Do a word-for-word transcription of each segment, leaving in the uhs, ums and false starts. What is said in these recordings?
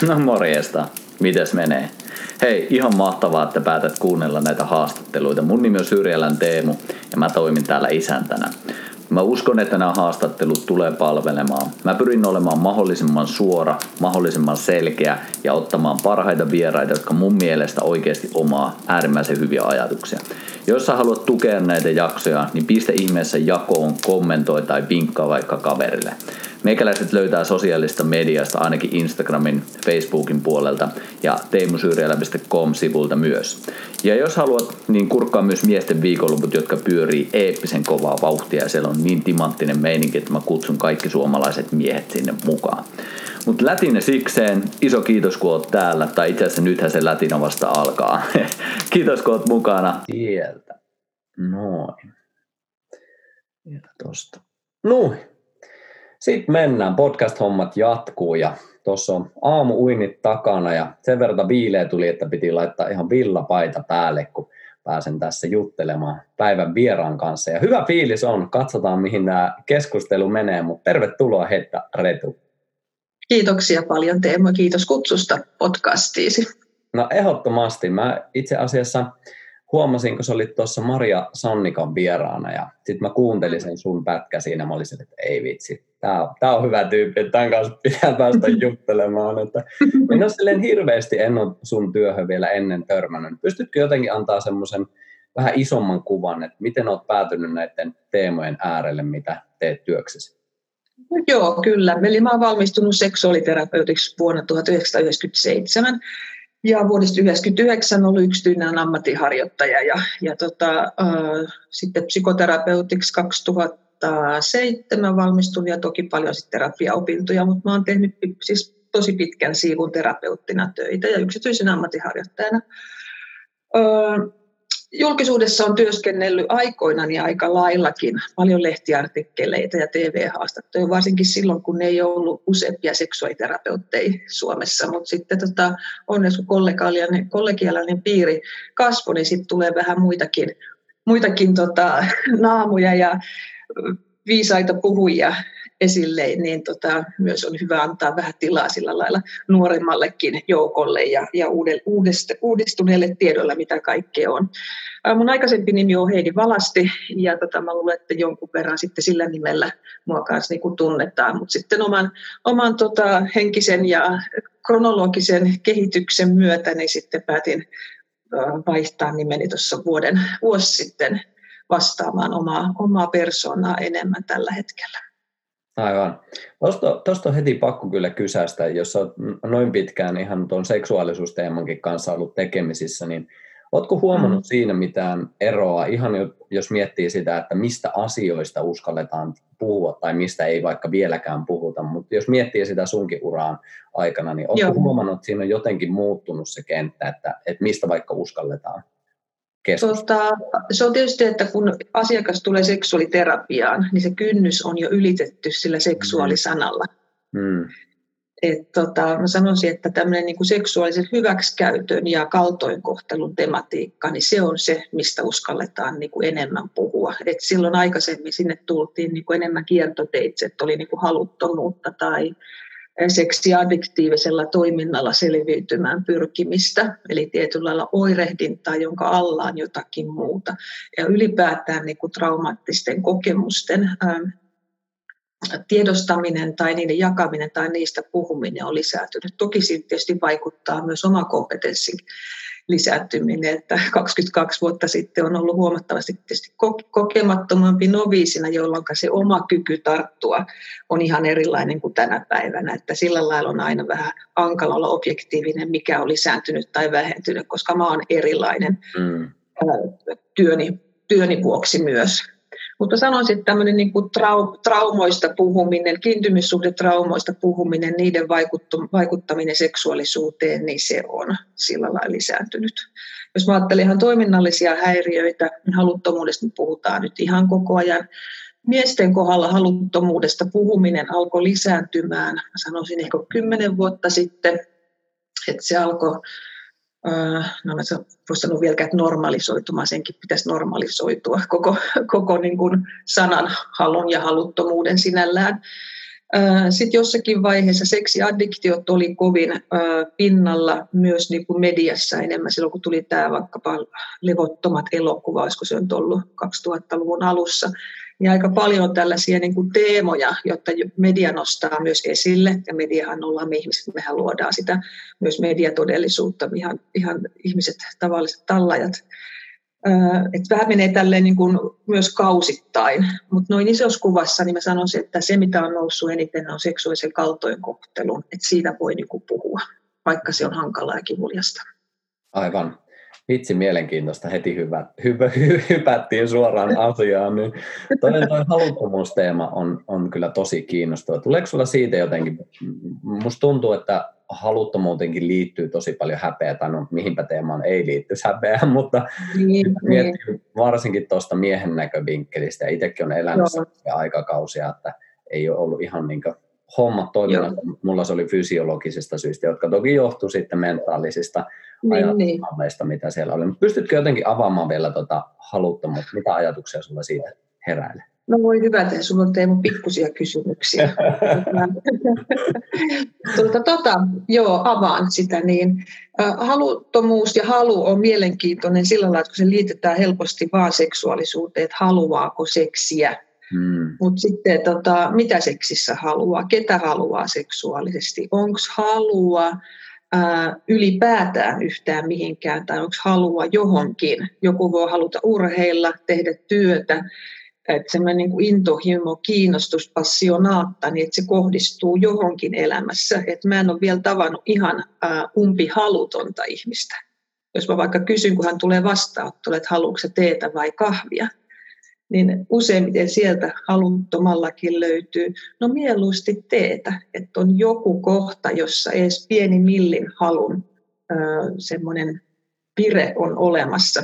No morjesta, mites menee? Hei, ihan mahtavaa, että päätät kuunnella näitä haastatteluita. Mun nimi on Syrjälän Teemu ja mä toimin täällä isäntänä. Mä uskon, että nämä haastattelut tulee palvelemaan. Mä pyrin olemaan mahdollisimman suora, mahdollisimman selkeä ja ottamaan parhaita vieraita, jotka mun mielestä oikeasti omaa äärimmäisen hyviä ajatuksia. Jos sä haluat tukea näitä jaksoja, niin pistä ihmeessä jakoon, kommentoi tai vinkkaa vaikka kaverille. Meikäläiset löytää sosiaalista mediasta ainakin Instagramin, Facebookin puolelta ja teemusyrjälä piste com-sivulta myös. Ja jos haluat, niin kurkkaa myös miesten viikonloput, jotka pyörii eeppisen kovaa vauhtia ja siellä on niin timanttinen meininki, että mä kutsun kaikki suomalaiset miehet sinne mukaan. Mutta lätinä sikseen, iso kiitos kun oot täällä, tai itse asiassa nythän se lätinä vasta alkaa. Kiitos kun oot mukana. Sieltä. Noin. Vielä tosta. Noin. Sitten mennään, podcast-hommat jatkuu ja tuossa on aamu-uinnit takana ja sen verran viileä tuli, että piti laittaa ihan villapaita päälle, kun pääsen tässä juttelemaan päivän vieraan kanssa. Ja hyvä fiilis on, katsotaan mihin tämä keskustelu menee, mutta tervetuloa Hedda Retu. Kiitoksia paljon Teemu, kiitos kutsusta podcastiisi. No ehdottomasti, mä itse asiassa huomasin, kun sä olit tuossa Maria Sannikan vieraana ja sitten mä kuuntelin sen sun pätkä siinä, mä olisin, että ei vitsi, tää, tää on hyvä tyyppi, että tämän kanssa pitää päästä juttelemaan. Että en ole silleen hirveästi, en ole sun työhön vielä ennen törmännyt. Pystytkö jotenkin antaa semmoisen vähän isomman kuvan, että miten oot päätynyt näiden teemojen äärelle, mitä teet työksesi? No joo, kyllä. Eli mä oon valmistunut seksuaaliterapeutiksi vuonna tuhatyhdeksänsataayhdeksänkymmentäseitsemän. Ja vuodesta yhdeksänkymmentäyhdeksän ollut yksityinen ammattiharjoittaja ja, ja tota, äh, sitten psykoterapeutiksi kaksituhattaseitsemän valmistun ja toki paljon sitten terapiaopintoja, mutta mä oon tehnyt siis tosi pitkän siivun terapeuttina töitä ja yksityisen ammattiharjoittajana. Äh, julkisuudessa on työskennellyt aikoinani aika laillakin paljon lehtiartikkeleita ja T V-haastatteluja, varsinkin silloin, kun ne ei ollut useampia seksuaaliterapeutteja Suomessa, mutta sitten tota, onneksi kun kollegiaalinen, kollegiaalinen piiri kasvoi, niin sitten tulee vähän muitakin, muitakin tota, naamuja ja viisaita puhujia esille, niin tota, myös on hyvä antaa vähän tilaa sillä lailla nuoremmallekin joukolle ja, ja uudest, uudistuneelle tiedolle, mitä kaikkea on. Mun aikaisempi nimi on Heidi Valasti ja tota, mä luulen, että jonkun verran sitten sillä nimellä mua kanssa niin kuin tunnetaan, mutta sitten oman, oman tota, henkisen ja kronologisen kehityksen myötä niin sitten päätin vaihtaa nimeni tuossa vuoden vuosi sitten vastaamaan omaa, omaa persoonaa enemmän tällä hetkellä. Aivan. Tuosta on heti pakko kyllä kysästä, jos olet noin pitkään ihan tuon seksuaalisuusteemankin kanssa ollut tekemisissä, niin oletko huomannut mm. siinä mitään eroa, ihan jos miettii sitä, että mistä asioista uskalletaan puhua tai mistä ei vaikka vieläkään puhuta, mutta jos miettii sitä sunkin uraan aikana, niin oletko Joo. huomannut, että siinä on jotenkin muuttunut se kenttä, että, että mistä vaikka uskalletaan? Tota, se on tietysti, että kun asiakas tulee seksuaaliterapiaan, niin se kynnys on jo ylitetty sillä seksuaalisanalla. Mm. Et tota, mä sanoisin, että tämmöinen niin kuin seksuaalisen hyväksikäytön ja kaltoinkohtelun tematiikka, niin se on se, mistä uskalletaan niin kuin enemmän puhua. Et silloin aikaisemmin sinne tultiin niin kuin enemmän kiertoteitse, että oli niin kuin haluttomuutta tai seksiaddiktiivisella toiminnalla selviytymään pyrkimistä, eli tietyllä lailla oirehdintaa, jonka alla on jotakin muuta. Ja ylipäätään niin kuin traumaattisten kokemusten ää, tiedostaminen tai niiden jakaminen tai niistä puhuminen on lisääntynyt. Toki siitä tietysti vaikuttaa myös oma kompetenssin lisääntyminen, että kaksikymmentäkaksi vuotta sitten on ollut huomattavasti tietysti kokemattomampi noviisina, jolloin se oma kyky tarttua on ihan erilainen kuin tänä päivänä, että sillä lailla on aina vähän hankala olla objektiivinen, mikä on lisääntynyt tai vähentynyt, koska mä oon erilainen mm. työni, työni vuoksi myös. Mutta sanoisin, että tämmöinen niin kuin trau, traumoista puhuminen, kiintymyssuhdetraumoista puhuminen, niiden vaikuttaminen seksuaalisuuteen, niin se on sillä lailla lisääntynyt. Jos mä ajattelen ihan toiminnallisia häiriöitä, niin haluttomuudesta puhutaan nyt ihan koko ajan. Miesten kohdalla haluttomuudesta puhuminen alkoi lisääntymään, mä sanoisin ehkä kymmenen vuotta sitten, että se alkoi no mä voisin sanoa vielä, että normalisoitumaan, senkin pitäisi normalisoitua koko, koko niin kuin sanan halun ja haluttomuuden sinällään. Sitten jossakin vaiheessa seksiaddiktiot oli kovin pinnalla myös niin kuin mediassa enemmän silloin, kun tuli tämä vaikkapa Levottomat elokuva, olisiko se on ollut kaksituhattaluvun alussa. Niin aika paljon tällaisia niin kuin teemoja, jotta media nostaa myös esille, ja mediahan ollaan me ihmiset, mehän luodaan sitä myös mediatodellisuutta, ihan, ihan ihmiset, tavalliset tallajat. Että vähän menee tälleen niin kuin myös kausittain, mutta noin isossa kuvassa niin mä sanoisin, että se mitä on noussut eniten on seksuaalisen kaltoinkohtelun, että siitä voi niin kuin puhua, vaikka se on hankalaa ja kivuliasta. Aivan. Vitsi, mielenkiintoista. Heti hyvä, hyvä, hypättiin suoraan asiaan. Niin toi, toi haluttomuusteema on, on kyllä tosi kiinnostava. Tuleeko sulla siitä jotenkin? Musta tuntuu, että haluttomuutenkin liittyy tosi paljon häpeää, tai no mihinpä teemaan ei liittyisi häpeää, mutta niin, miettii niin. Varsinkin tuosta miehen näkövinkkelistä, ja itsekin on elänyt aikakausia, että ei ole ollut ihan niin kuin hommat toiminnassa. Mulla se oli fysiologisista syistä, jotka toki johtuu sitten mentaalisista niin, ajatusmalleista, niin. Mitä siellä oli. Pystytkö jotenkin avaamaan vielä tuota haluttomuutta? Mitä ajatuksia sulla siitä heräilee? No voi hyvä, että sulla on Teemu pikkusia kysymyksiä. tuota, tota, joo, avaan sitä. Niin, äh, haluttomuus ja halu on mielenkiintoinen sillä lailla, että kun se liitetään helposti vaan seksuaalisuuteen, että haluaako seksiä. Hmm. Mutta sitten tota, mitä seksissä haluaa, ketä haluaa seksuaalisesti, onko halua ää, ylipäätään yhtään mihinkään tai onko halua johonkin. Joku voi haluta urheilla, tehdä työtä, että semmoinen niin kuin intohimo, kiinnostus, passionaatta, niin että se kohdistuu johonkin elämässä. Et mä en ole vielä tavannut ihan ää, umpihalutonta ihmistä. Jos mä vaikka kysyn, kun hän tulee vastaanottole, että haluatko sä teetä vai kahvia, niin useimmiten sieltä haluttomallakin löytyy, no mieluusti teetä, että on joku kohta, jossa edes pieni millin halun semmoinen pire on olemassa.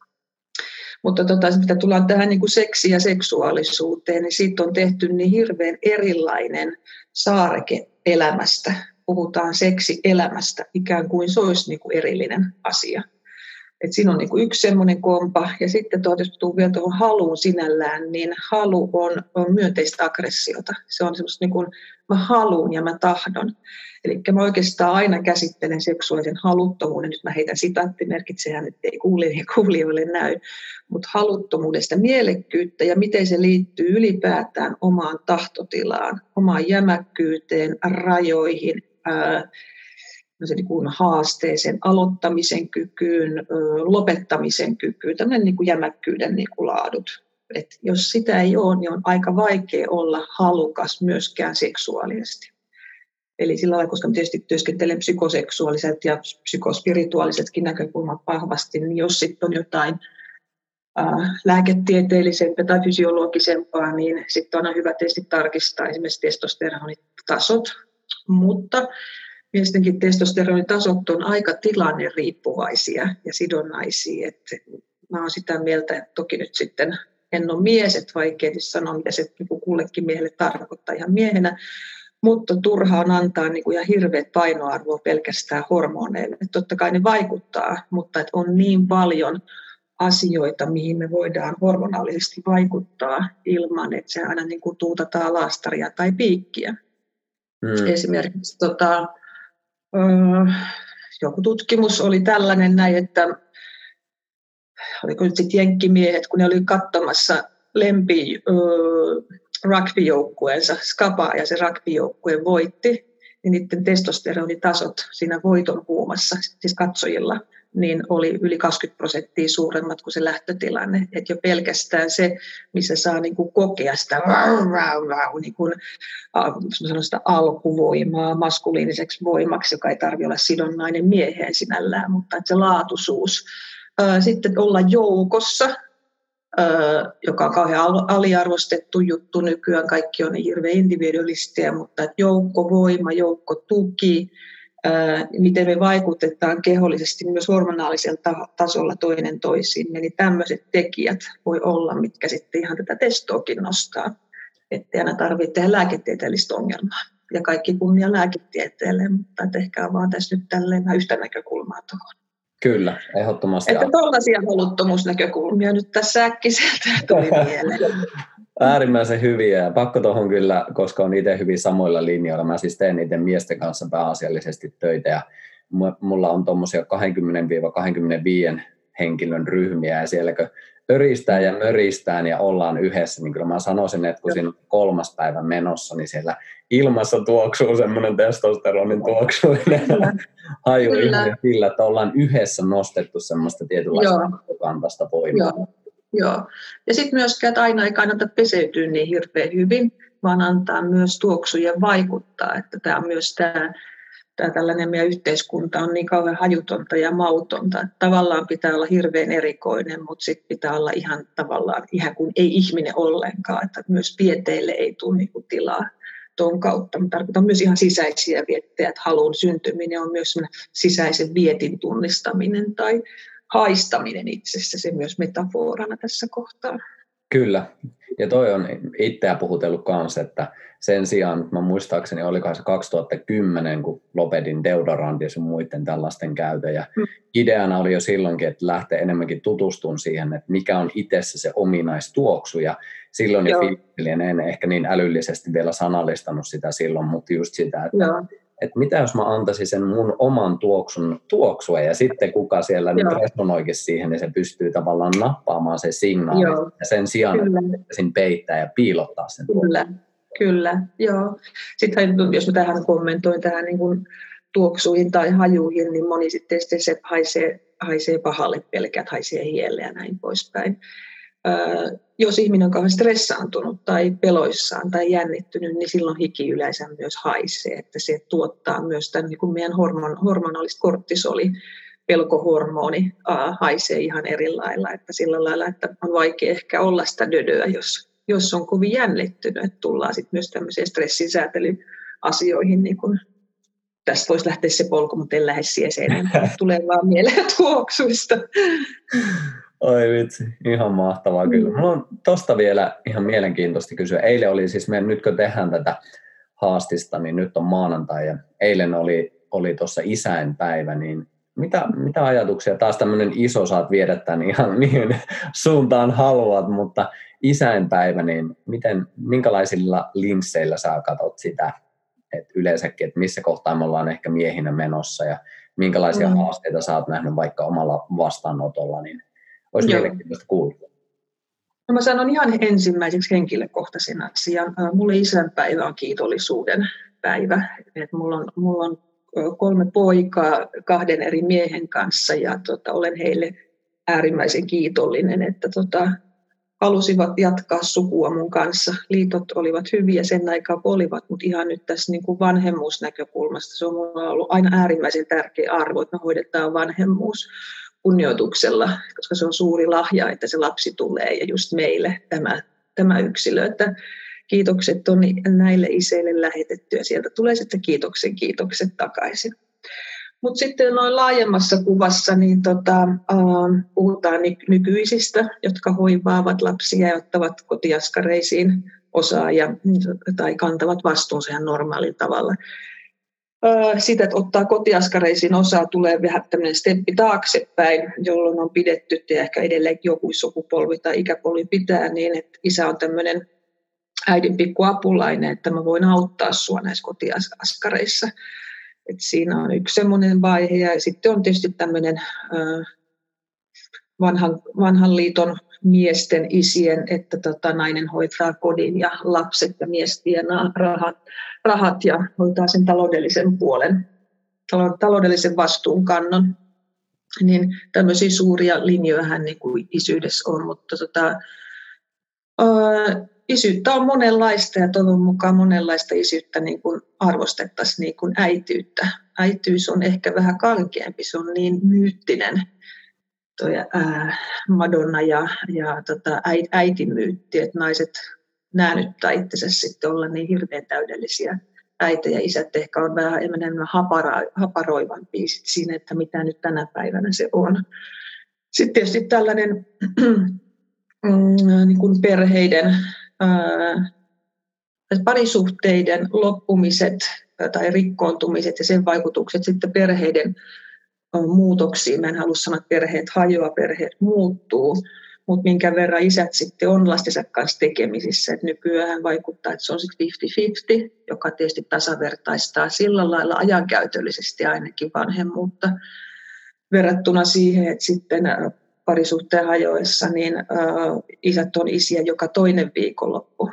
Mutta tota, mitä tullaan tähän niin kuin seksiin ja seksuaalisuuteen, niin siitä on tehty niin hirveän erilainen saareke elämästä. Puhutaan seksielämästä, ikään kuin se olisi niin kuin erillinen asia. Et siinä on niinku yksi semmoinen kompa, ja sitten tuot, jos tuu vielä tuohon haluun sinällään, niin halu on, on myönteistä aggressiota. Se on semmoista, niin kuin mä haluun ja mä tahdon. Eli mä oikeastaan aina käsittelen seksuaalisen haluttomuuden, nyt mä heitän sitaattimerkit, sehän nyt ei kuulijoille näy, mutta haluttomuudesta mielekkyyttä ja miten se liittyy ylipäätään omaan tahtotilaan, omaan jämäkkyyteen, rajoihin, ää, se niin kuin haasteeseen, aloittamisen kykyyn, lopettamisen kykyyn, tämmöinen niin kuin jämäkkyyden niin kuin laadut. Et jos sitä ei ole, niin on aika vaikea olla halukas myöskään seksuaalisesti. Eli sillä lailla, koska tietysti työskentelen psykoseksuaaliset ja psykospirituaalisetkin näkökulmat vahvasti, niin jos sitten on jotain äh, lääketieteellisempää tai fysiologisempaa, niin sitten on aina hyvä tietysti tarkistaa esimerkiksi testosteronitasot, mutta mielestäni testosteronitasot on aika tilanne riippuvaisia ja sidonnaisia. Että mä oon sitä mieltä, että toki nyt sitten en ole mies, että vaikea sanoa, mitä se kullekin miehelle tarkoittaa ihan miehenä, mutta turha on antaa niin kuin ihan hirveät painoarvoa pelkästään hormoneille. Että totta kai ne vaikuttaa, mutta että on niin paljon asioita, mihin me voidaan hormonaalisesti vaikuttaa ilman, että se aina niin kuin tuutataan laastaria tai piikkiä. Hmm. Esimerkiksi tota, joku tutkimus oli tällainen näin, että oliko nyt sitten jenkkimiehet, kun ne oli katsomassa lempi rugbyjoukkueensa, Skapaa, ja se rugbyjoukkue voitti, niin niiden testosteronitasot siinä voiton huumassa, siis katsojilla, niin oli yli kaksikymmentä prosenttia suuremmat kuin se lähtötilanne. Että jo pelkästään se, missä saa niin kuin kokea sitä, niin kuin, sitä alkuvoimaa maskuliiniseksi voimaksi, joka ei tarvitse olla sidonnainen mieheen sinällään, mutta että se laatuisuus. Sitten olla joukossa, joka on kauhean aliarvostettu juttu nykyään. Kaikki on niin hirveän individualistia, mutta että joukkovoima, joukkotuki, miten me vaikutetaan kehollisesti myös hormonaalisella tasolla toinen toisiimme, niin tämmöiset tekijät voi olla, mitkä sitten ihan tätä testoakin nostaa. Ettei aina tarvitse tehdä lääketieteellistä ongelmaa. Ja kaikki kunnia lääketieteelle, mutta ehkä on vaan tässä nyt tälleen vähän yhtä näkökulmaa tuohon. Kyllä, ehdottomasti. Että tuollaisia haluttomuusnäkökulmia nyt tässä äkkiseltä tuli mieleen. Äärimmäisen hyviä ja pakko tuohon kyllä, koska on itse hyvin samoilla linjoilla. Mä siis teen itse miesten kanssa pääasiallisesti töitä ja mulla on tuommoisia kaksikymmentä kaksikymmentäviisi henkilön ryhmiä ja sielläkö öristää ja möristään ja ollaan yhdessä, niin kyllä mä sanoisin, että kun siinä on kolmas päivä menossa, niin siellä ilmassa tuoksuu semmoinen testosteronin tuoksuinen haju ihan sillä, että ollaan yhdessä nostettu semmoista tietynlaista kantaista voimaa. Joo. Joo. Ja sitten myöskään, että aina ei kannata peseytyä niin hirveän hyvin, vaan antaa myös tuoksujen vaikuttaa, että tämä on myös tämä Tämä tällainen meidän yhteiskunta on niin kauhean hajutonta ja mautonta, että tavallaan pitää olla hirveän erikoinen, mutta sitten pitää olla ihan tavallaan ihan kuin ei ihminen ollenkaan, että myös vieteille ei tule niin kuin tilaa tuon kautta. Mä tarkoitan myös ihan sisäisiä viettejä, että halun syntyminen on myös sisäisen vietin tunnistaminen tai haistaminen itsessä, se myös metaforana tässä kohtaa. Kyllä, ja toi on itseä puhutellut kanssa, että sen sijaan, mä muistaakseni olikohan se kaksituhattakymmenen, kun lopetin deodorantin ja sun muiden tällaisten käytön, ja mm. ideana oli jo silloinkin, että lähtee enemmänkin tutustumaan siihen, että mikä on itsessä se ominaistuoksu, ja silloin jo fiilin, en ehkä niin älyllisesti vielä sanallistanut sitä silloin, mutta just sitä, että Joo. että mitä jos mä antaisin sen mun oman tuoksun tuoksua ja sitten kuka siellä Joo. nyt resonoikin siihen, niin se pystyy tavallaan nappaamaan se signaali Joo. ja sen sijaan, Kyllä. että sen peittää ja piilottaa sen Kyllä. tuoksun. Kyllä, Joo. Sitten jos mä tähän kommentoin tähän niin kuin tuoksuihin tai hajuihin, niin moni sitten se haisee, haisee pahalle pelkät, haisee hielle ja näin poispäin. Öö, jos ihminen on kauhean stressaantunut tai peloissaan tai jännittynyt, niin silloin hiki yleensä myös haisee, että se tuottaa myös tämän niin kuin meidän hormon, hormonaalista kortisoli, pelkohormoni aa, haisee ihan eri lailla, että sillä lailla, että on vaikea ehkä olla sitä dödöä, jos, jos on kovin jännittynyt, että tullaan sitten myös tämmöiseen stressinsäätelyasioihin, niin kuin tästä voisi lähteä se polku, mutta en lähde siihen, tulee vaan mieleen tuoksuista. Oi vitsi, ihan mahtavaa kyllä. Mulla on tosta vielä ihan mielenkiintoista kysyä. Eilen oli siis, me nyt kun tehdään tätä haastista, niin nyt on maanantai ja eilen oli, oli tuossa isänpäivä, niin mitä, mitä ajatuksia, taas tämmöinen iso saat viedä tämän ihan mihin suuntaan haluat, mutta isänpäivä, niin miten, minkälaisilla linsseillä sä katsot sitä, että yleensäkin, että missä kohtaa me ollaan ehkä miehinä menossa ja minkälaisia mm. haasteita sä oot nähnyt vaikka omalla vastaanotolla, niin olisi Joo. mielenkiintoista kuulla. No mä sanon ihan ensimmäiseksi henkilökohtaisen asian. Mulle isänpäivä on kiitollisuuden päivä. Et mulla, on, mulla on kolme poikaa kahden eri miehen kanssa ja tota, olen heille äärimmäisen kiitollinen, että tota, halusivat jatkaa sukua mun kanssa. Liitot olivat hyviä sen aikaa, kun olivat, mutta ihan nyt tässä niin kuin vanhemmuusnäkökulmasta se on mulla ollut aina äärimmäisen tärkeä arvo, että me hoidetaan vanhemmuus kunnioituksella, koska se on suuri lahja, että se lapsi tulee ja just meille tämä, tämä yksilö, että kiitokset on näille iseille lähetetty ja sieltä tulee sitten kiitoksen kiitokset takaisin. Mutta sitten noin laajemmassa kuvassa niin tota, äh, puhutaan nykyisistä, jotka hoivaavat lapsia ja ottavat kotiaskareisiin osaa ja, tai kantavat vastuunsa ihan normaalilla tavalla. Sitä, että ottaa kotiaskareisiin osaa, tulee vähän tämmöinen steppi taaksepäin, jolloin on pidetty, ja ehkä edelleen joku sukupolvi tai ikäpolvi pitää, niin että isä on tämmöinen äidin pikku apulainen, että mä voin auttaa sua näissä kotiaskareissa. Et siinä on yksi semmoinen vaihe, ja sitten on tietysti tämmöinen äh, vanhan, vanhan liiton miesten, isien, että tota, nainen hoitaa kodin ja lapset ja mies tienaa rahat, rahat ja hoitaa sen taloudellisen puolen, taloudellisen vastuunkannon. Niin tämmöisiä suuria linjoja niin kuin isyydessä on, mutta tota, ää, isyyttä on monenlaista ja toivon mukaan monenlaista isyyttä niin kuin arvostettaisiin niin kuin äityyttä. Äityys on ehkä vähän kankeampi, se on niin myyttinen. Toi, ää, Madonna ja, ja tota, äitimyytti, että naiset näännyttää itsensä sitten olla niin hirveän täydellisiä äitejä. Isät ehkä on vähän enemmän hapara, haparoivampia siinä, että mitä nyt tänä päivänä se on. Sitten tietysti tällainen niin kuin perheiden, ää, parisuhteiden loppumiset tai rikkoontumiset ja sen vaikutukset sitten perheiden muutoksiin. Mä en halua sanoa, että perheet hajoaa, perheet muuttuu, mutta minkä verran isät sitten on lastensa kanssa tekemisissä. Et nykyään vaikuttaa, että se on sitten viisikymmentä viisikymmentä, joka tietysti tasavertaistaa sillä lailla ajankäytöllisesti ainakin vanhemmuutta verrattuna siihen, että sitten parisuhteen hajoessa niin ä, isät on isiä joka toinen viikonloppu.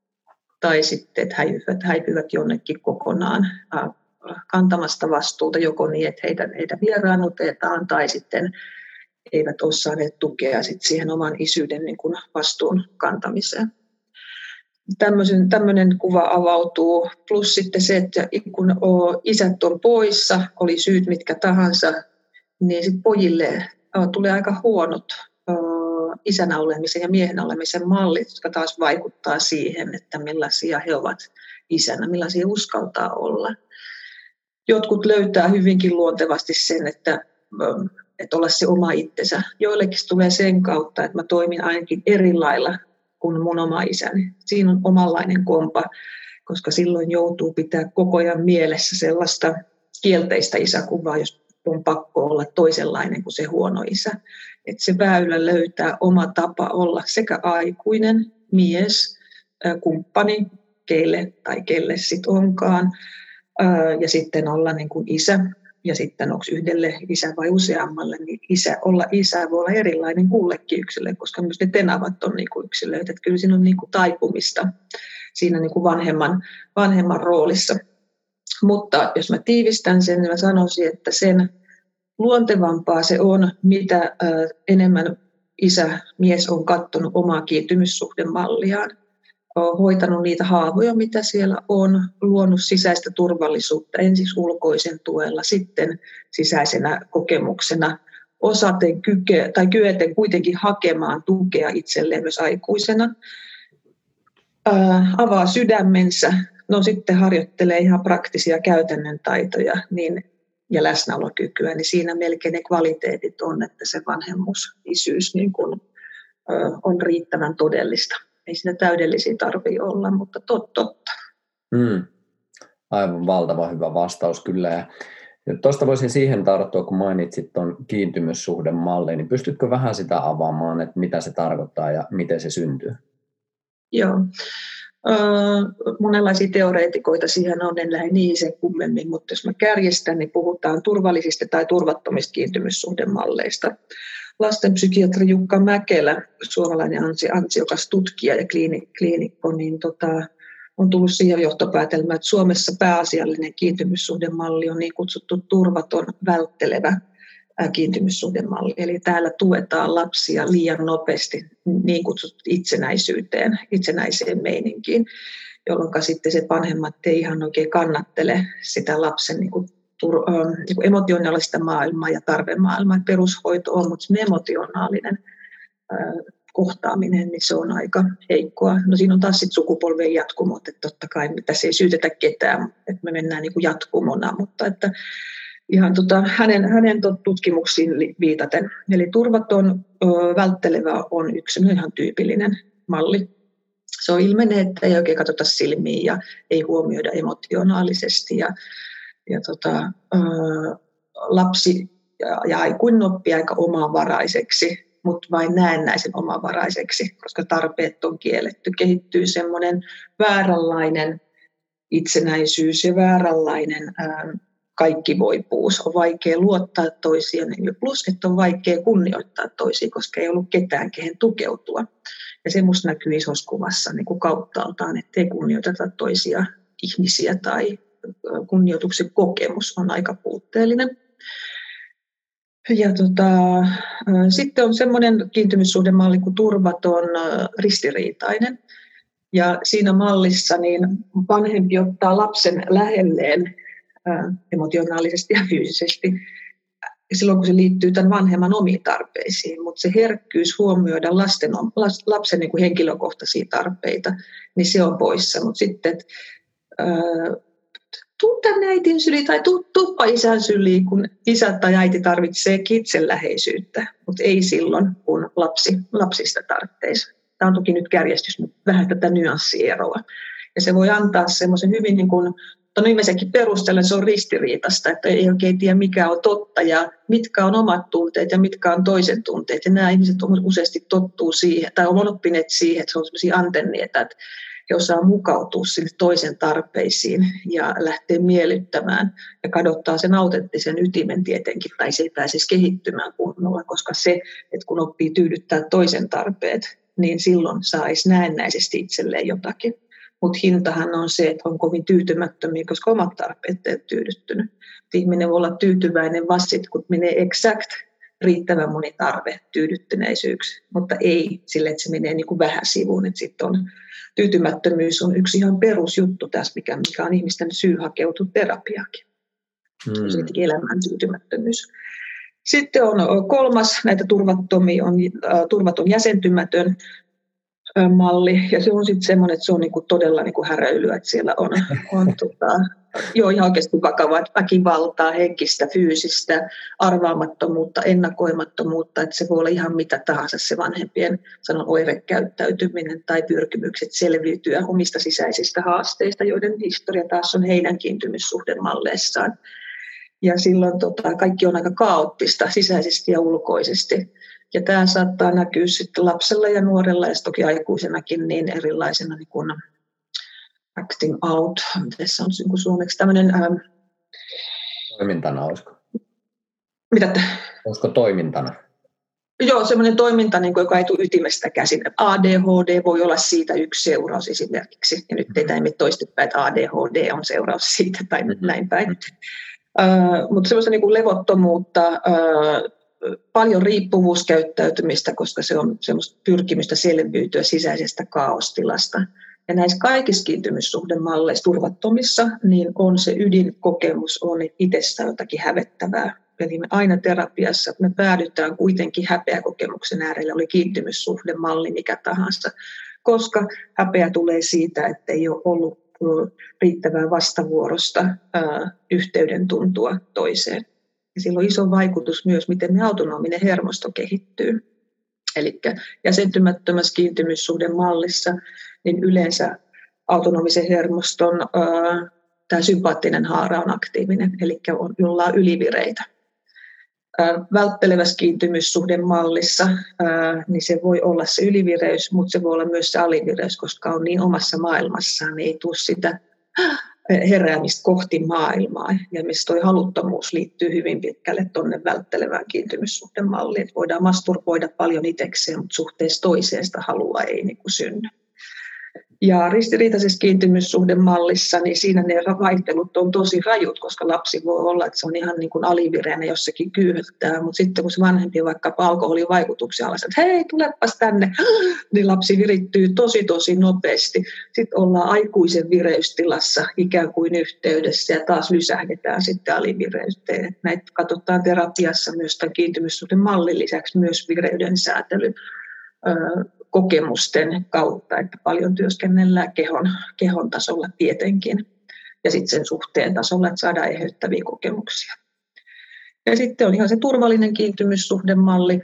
Tai sitten, että häipyvät, häipyvät jonnekin kokonaan ä, kantamasta vastuuta, joko niin, että heitä, heitä vieraannutetaan, tai sitten eivät ole saaneet tukea sit siihen oman isyyden niin kuin vastuun kantamiseen. Tämmöisen, tämmöinen kuva avautuu, plus sitten se, että kun isät on poissa, oli syyt mitkä tahansa, niin sit pojille tulee aika huonot isänä olemisen ja miehen olemisen mallit, jotka taas vaikuttaa siihen, että millaisia he ovat isänä, millaisia uskaltaa olla. Jotkut löytää hyvinkin luontevasti sen, että, että olla se oma itsensä. Joillekin tulee sen kautta, että mä toimin ainakin eri lailla kuin mun oma isäni. Siinä on omanlainen kompa, koska silloin joutuu pitää koko ajan mielessä sellaista kielteistä isäkuvaa, jos on pakko olla toisenlainen kuin se huono isä. Että se väylä löytää oma tapa olla sekä aikuinen, mies, kumppani, keille tai kelle sitten onkaan, ja sitten olla niin kuin isä, ja sitten onko yhdelle isä vai useammalle, niin isä, olla isä voi olla erilainen kullekin yksilölle, koska myös ne tenavat on niin kuin yksilöitä, että kyllä siinä on niin kuin taipumista siinä niin kuin vanhemman, vanhemman roolissa. Mutta jos mä tiivistän sen, niin mä sanoisin, että sen luontevampaa se on, mitä enemmän isä, mies on katsonut omaa kiintymyssuhdemalliaan, hoitanut niitä haavoja, mitä siellä on, luonut sisäistä turvallisuutta ensiksi ulkoisen tuella, sitten sisäisenä kokemuksena, osaten kyke, tai kyeten kuitenkin hakemaan tukea itselleen myös aikuisena, ää, avaa sydämensä, no sitten harjoittelee ihan praktisia käytännön taitoja niin, ja läsnäolokykyä, niin siinä melkein ne kvaliteetit on, että se vanhemmuus, isyys niin kun, ö, on riittävän todellista. Ei siinä täydellisiä tarvitse olla, mutta tot, totta. Mm. Aivan valtava hyvä vastaus kyllä. Ja tuosta voisin siihen tarttua, kun mainitsit tuon kiintymyssuhdemalli, niin pystytkö vähän sitä avaamaan, että mitä se tarkoittaa ja miten se syntyy? Joo. Öö, monenlaisia teoreetikoita siihen on, en lähde niin sen kummemmin, mutta jos mä kärjestän, niin puhutaan turvallisista tai turvattomista kiintymyssuhdemalleista. Lastenpsykiatri Jukka Mäkelä, suomalainen ansiokas tutkija ja kliinikko, niin tota, on tullut siihen johtopäätelmään, että Suomessa pääasiallinen kiintymyssuhdemalli on niin kutsuttu turvaton, välttelevä kiintymyssuhdemalli. Eli täällä tuetaan lapsia liian nopeasti niin kutsuttu itsenäisyyteen, itsenäiseen meininkiin, jolloin sitten se vanhemmat ei ihan oikein kannattele sitä lapsen niin kuin, tur, äh, niin kuin emotionaalista maailmaa ja tarvemaailmaa. Perushoito on, mutta se emotionaalinen äh, kohtaaminen, niin se on aika heikkoa. No siinä on taas sitten sukupolven jatkumot, että totta kai tässä ei syytetä ketään, että me mennään niin kuin jatkumona, mutta että ihan tota, hänen, hänen tutkimuksiin viitaten. Eli turvaton, ö, välttelevä on yksi ihan tyypillinen malli. Se on ilmenee, että ei oikein katsota silmiin ja ei huomioida emotionaalisesti. Ja, ja tota, ö, lapsi ja, ja aikuinen oppii aika omavaraiseksi, mutta vain näennäisen omavaraiseksi, koska tarpeet on kielletty. Kehittyy semmoinen vääränlainen itsenäisyys ja vääränlainen Ö, kaikkivoipuus, on vaikea luottaa toisiin, plus että on vaikea kunnioittaa toisia, koska ei ollut ketään, kehen tukeutua. Ja se musta näkyy isossa kuvassa niin kuin kauttaaltaan, että ei kunnioiteta toisia ihmisiä tai kunnioituksen kokemus on aika puutteellinen. Ja tota, sitten on semmoinen kiintymyssuhdemalli kuin turvaton, ristiriitainen. Ja siinä mallissa niin vanhempi ottaa lapsen lähelleen emotionaalisesti ja fyysisesti silloin, kun se liittyy tämän vanhemman omiin tarpeisiin, mutta se herkkyys huomioida lasten, lapsen niin kuin henkilökohtaisia tarpeita, niin se on poissa. Mutta sitten tuu tänne äitin syliin tai tuu, tuuppa isän syliin, kun isä tai äiti tarvitsee itseläheisyyttä, mutta ei silloin, kun lapsi, lapsista tarvitsee. Tämä on toki nyt kärjestys, mutta vähän tätä nyanssieroa. Ja se voi antaa semmoisen hyvin niin kuin tuon nimensäkin perusteella se on ristiriitasta, että ei oikein tiedä mikä on totta ja mitkä on omat tunteet ja mitkä on toisen tunteet. Ja nämä ihmiset on useasti tottuu siihen, tai on oppineet siihen, että se on sellaisia antenneja, että he osaa mukautua sinne toisen tarpeisiin ja lähteä miellyttämään ja kadottaa sen autenttisen ytimen tietenkin, tai se ei pääsisi kehittymään kunnolla, koska se, että kun oppii tyydyttää toisen tarpeet, niin silloin saisi näennäisesti itselleen jotakin. Mutta hintahan on se, että on kovin tyytymättömiä, koska omat tarpeet eivät tyydyttynyt. Ihminen voi olla tyytyväinen vasta sitten, kun menee exact riittävän moni tarve tyydyttyneisyys, mutta ei sille, että se menee niin kuin vähän sivuun. Että sitten on, tyytymättömyys on yksi ihan perusjuttu tässä, mikä, mikä on ihmisten syy hakeutua terapiaankin. Hmm. Sitten elämän tyytymättömyys. Sitten on kolmas, näitä turvattomia on äh, turvaton jäsentymätön äh, malli, ja se on sitten semmoinen, että se on niinku todella niinku häröilyä, että siellä on, on tota, jo ihan oikeasti vakavaa väkivaltaa, henkistä, fyysistä, arvaamattomuutta, ennakoimattomuutta, että se voi olla ihan mitä tahansa se vanhempien sanon oirekäyttäytyminen tai pyrkimykset selviytyä omista sisäisistä haasteista, joiden historia taas on heidän kiintymyssuhdemalleissaan. Ja silloin tota, kaikki on aika kaoottista sisäisesti ja ulkoisesti. Ja tämä saattaa näkyä sitten lapsella ja nuorella ja toki aikuisenakin niin erilaisena niin kuin acting out. Tässä on niin kuin suomeksi tämmöinen... Ähm, toimintana olisiko? Mitä te? Olisiko toimintana? Joo, semmoinen toiminta, niin kuin, joka ei tule ytimestä käsin. A D H D voi olla siitä yksi seuraus esimerkiksi. Ja nyt ei tämä toistepäin, että A D H D on seuraus siitä tai mm-hmm. näin päin. Uh, mutta semmoista niin kuin levottomuutta, uh, paljon riippuvuuskäyttäytymistä, koska se on semmoista pyrkimystä selviytyä sisäisestä kaostilasta. Ja näissä kaikissa kiintymyssuhdemalleissa turvattomissa niin on se ydinkokemus on itsessään jotakin hävettävää. Eli me aina terapiassa me päädytään kuitenkin häpeäkokemuksen äärelle, oli kiintymyssuhdemalli mikä tahansa, koska häpeä tulee siitä, että ei ole ollut riittävää vastavuorosta ää, yhteyden tuntua toiseen. Ja sillä on iso vaikutus myös, miten me autonominen hermosto kehittyy. Eli jäsentymättömässä kiintymyssuhdemallissa niin yleensä autonomisen hermoston ää, tämä sympaattinen haara on aktiivinen, eli on, ollaan ylivireitä. Ää, välttelevässä kiintymyssuhdemallissa ää, niin se voi olla se ylivireys, mutta se voi olla myös se alivireys, koska on niin omassa maailmassaan, niin ei tule sitä heräämistä kohti maailmaa. Ja missä tuo haluttomuus liittyy hyvin pitkälle tuonne välttelevään kiintymyssuhdemalliin. Että voidaan masturboida paljon itsekseen, mutta suhteessa toiseen sitä halua ei niin kuin synny. Ja ristiriitaisessa kiintymyssuhdemallissa, niin siinä ne vaihtelut on tosi rajut, koska lapsi voi olla, että se on ihan niin kuin alivireinen jossakin kyyhöttää, mutta sitten kun se vanhempi vaikka alkoholin vaikutuksia alas, että hei, tulepas tänne, niin lapsi virittyy tosi tosi nopeasti. Sitten ollaan aikuisen vireystilassa ikään kuin yhteydessä ja taas lysähdetään sitten alivireyteen. Näitä katsotaan terapiassa myös tämän kiintymyssuhdemallin lisäksi myös vireyden säätely kokemusten kautta, että paljon työskennellään kehon, kehon tasolla tietenkin ja sitten sen suhteen tasolla, että saadaan eheyttäviä kokemuksia. Ja sitten on ihan se turvallinen kiintymyssuhdemalli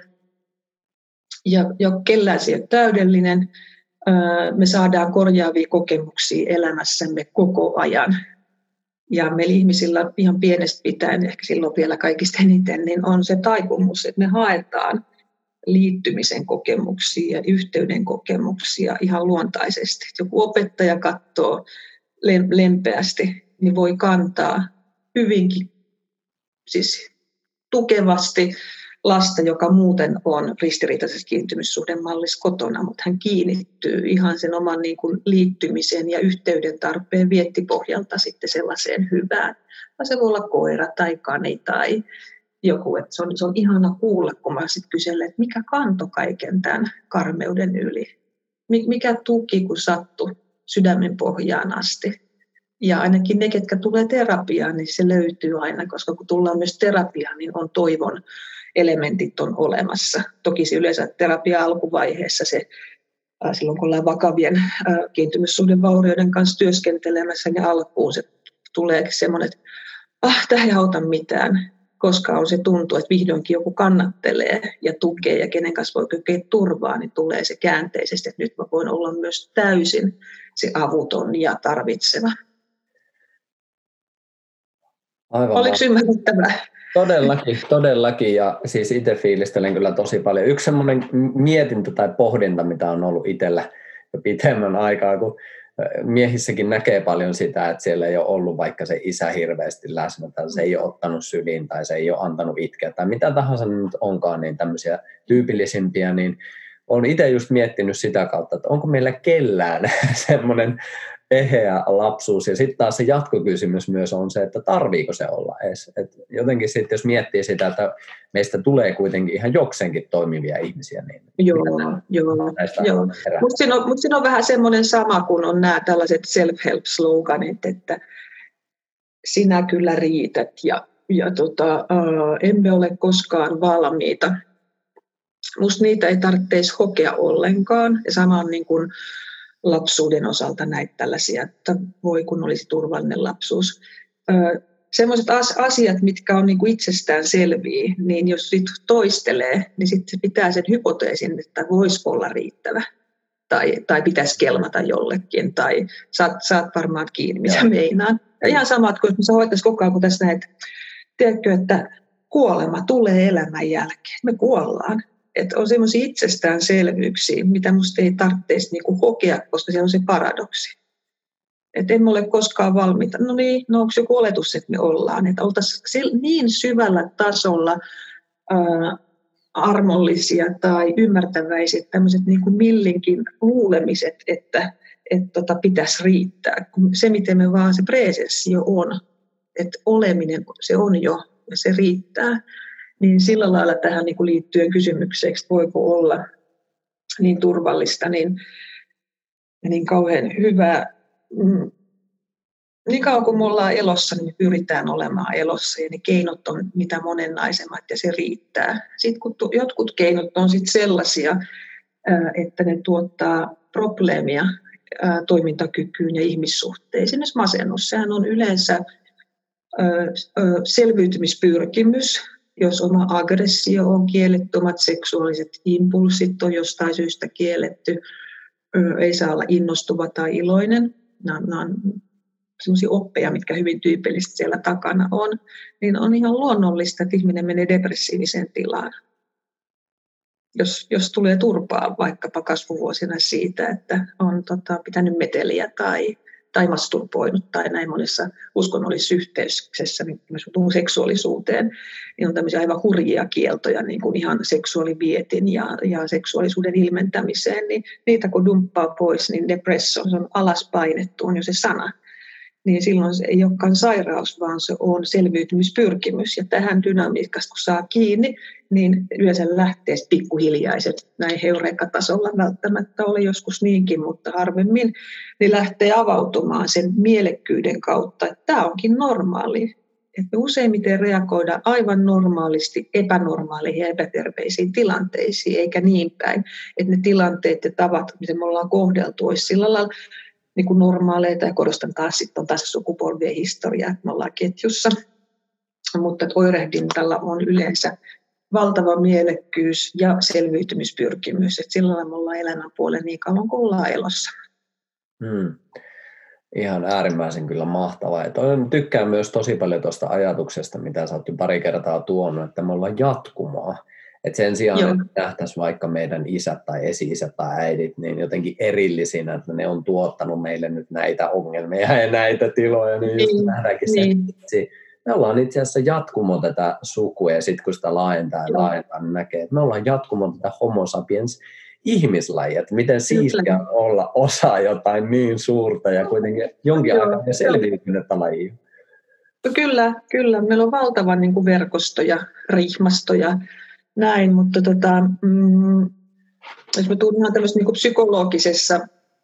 ja, ja kellään se ei ole täydellinen. Me saadaan korjaavia kokemuksia elämässämme koko ajan. Ja meillä ihmisillä ihan pienestä pitäen, ehkä silloin vielä kaikista eniten, niin on se taipumus, että me haetaan liittymisen kokemuksia ja yhteyden kokemuksia ihan luontaisesti. Joku opettaja katsoo lempeästi, niin voi kantaa hyvinkin siis tukevasti lasta, joka muuten on ristiriitaisessa kiintymyssuhdemallissa kotona, mutta hän kiinnittyy ihan sen oman niin kuin liittymisen ja yhteyden tarpeen viettipohjalta sitten sellaiseen hyvään. Se voi olla koira tai kani tai joku, että se on, se on ihana kuulla, kun mä sitten kyselen, että mikä kanto kaiken tämän karmeuden yli. Mikä tuki, kun sattui sydämen pohjaan asti. Ja ainakin ne, ketkä tulee terapiaan, niin se löytyy aina, koska kun tullaan myös terapiaan, niin on toivon elementit on olemassa. Toki se yleensä terapia alkuvaiheessa, se, silloin kun ollaan vakavien kiintymyssuhdevaurioiden kanssa työskentelemässä, niin alkuun se tulee semmoinen, että ah, tämä ei auta mitään. Koska on se tuntuu, että vihdoinkin joku kannattelee ja tukee ja kenen kanssa voi kokea turvaa, niin tulee se käänteisesti, että nyt mä voin olla myös täysin se avuton ja tarvitseva. Aivan Oliko ymmärrettävää? Todellakin, todellakin. Ja siis itse fiilistelen kyllä tosi paljon. Yksi semmoinen mietintä tai pohdinta, mitä on ollut itsellä jo pitemmän aikaa, kun miehissäkin näkee paljon sitä, että siellä ei ole ollut vaikka se isä hirveästi läsnä, tai se ei ole ottanut syliin, tai se ei ole antanut itkeä, tai mitä tahansa nyt onkaan, niin tämmöisiä tyypillisimpiä, niin olen itse just miettinyt sitä kautta, että onko meillä kellään semmoinen eheä lapsuus, ja sitten taas se jatkokysymys myös on se, että tarviiko se olla edes. Et jotenkin sitten, jos miettii sitä, että meistä tulee kuitenkin ihan jokseenkin toimivia ihmisiä, niin joo, joo, joo. Mutta siinä, mut siinä on vähän semmoinen sama, kun on nämä tällaiset self-help-sloganit, että sinä kyllä riität, ja, ja tota, ää, emme ole koskaan valmiita. Musta niitä ei tarvitse hokea ollenkaan, ja sama on niin kuin lapsuuden osalta näitä tällaisia, että voi kun olisi turvallinen lapsuus. Sellaiset asiat, mitkä on niin kuin itsestään selviä, niin jos sit toistelee, niin sitten pitää sen hypoteesin, että voisi olla riittävä. Tai, tai pitäisi kelmata jollekin, tai saat, saat varmaan kiinni, mitä ja. meinaan. Ja ihan sama, että kun sä hoitaisi koko ajan, kun tässä näet, tiedätkö, että kuolema tulee elämän jälkeen, me kuollaan. Että on semmoisia itsestäänselvyyksiä, mitä musta ei tarvitsisi niinku hokea, koska siellä on se paradoksi. Että emme ole koskaan valmiita. No niin, no onko joku oletus, että me ollaan. Että oltaisiin niin syvällä tasolla ää, armollisia tai ymmärtäväisiä, tämmöiset niinku millinkin luulemiset, että et tota pitäisi riittää. Se, miten me vaan se presenssi jo on, että oleminen se on jo ja se riittää. Niin sillä lailla tähän niin kuin liittyen kysymykseen, että voiko olla niin turvallista, niin, niin kauhean hyvää. Mm. Niin kauan kuin me ollaan elossa, niin me pyritään olemaan elossa ja ne keinot on mitä monennaisemmat ja se riittää. Sitten kun jotkut keinot on sit sellaisia, että ne tuottaa probleemia toimintakykyyn ja ihmissuhteisiin. Esimerkiksi masennus, sehän on yleensä selviytymispyrkimys. Jos oma aggressio on kielletty, omat seksuaaliset impulssit on jostain syystä kielletty, ei saa olla innostuva tai iloinen. Nämä, nämä on sellaisia oppeja, mitkä hyvin tyypillisesti siellä takana on. Niin on ihan luonnollista, että ihminen menee depressiiviseen tilaan. Jos, jos tulee turpaa vaikkapa kasvuvuosina siitä, että on tota, pitänyt meteliä tai tai masturboinut tai näin monessa uskonnollisessa yhteisössä, myös seksuaalisuuteen, niin on tämmöisiä aivan hurjia kieltoja, niin kuin ihan seksuaalivietin ja, ja seksuaalisuuden ilmentämiseen, niin niitä kun dumppaa pois, niin depressio, se on alaspainettu, on jo se sana. Niin silloin se ei olekaan sairaus, vaan se on selviytymispyrkimys. Ja tähän dynamiikasta, kun saa kiinni, niin yleensä lähtee pikkuhiljaiset, näin heureka-tasolla välttämättä oli joskus niinkin, mutta harvemmin, niin lähtee avautumaan sen mielekkyyden kautta, että tämä onkin normaali. Että me useimmiten reagoidaan aivan normaalisti epänormaaleihin ja epäterveisiin tilanteisiin, eikä niin päin, että ne tilanteet ja tavat, miten me ollaan kohdeltu, olisi sillä lailla niin kuin normaaleita, ja korostan taas, sitten on taas sukupolvien historiaa, että me ollaan ketjussa, mutta oirehdintalla on yleensä valtava mielekkyys ja selviytymispyrkimys, että sillä lailla me ollaan elämän puolen niin kauan kuin ollaan elossa. Hmm. Ihan äärimmäisen kyllä mahtavaa. Ja tykkään myös tosi paljon tuosta ajatuksesta, mitä sä oot jo pari kertaa tuonut, että me ollaan jatkumoa. Et sen sijaan, Joo. että nähtäisiin vaikka meidän isät tai esi-isät tai äidit, niin jotenkin erillisinä, että ne on tuottanut meille nyt näitä ongelmia ja näitä tiloja, niin just niin, nähdäänkin niin. se, me ollaan itse asiassa jatkumo tätä sukua, ja sitten kun sitä laajentaa ja laajentaa, niin näkee, että me ollaan jatkumo tätä homo sapiens ihmislajia, että miten siistiä on olla osa jotain niin suurta ja kuitenkin jonkin Joo. aikaa selviytynyttä lajia. Kyllä, kyllä. Meillä on valtava niin kuin verkostoja, rihmastoja, näin, mutta tota, mm, jos me tullaan tällaisessa niin kuin psykologisessa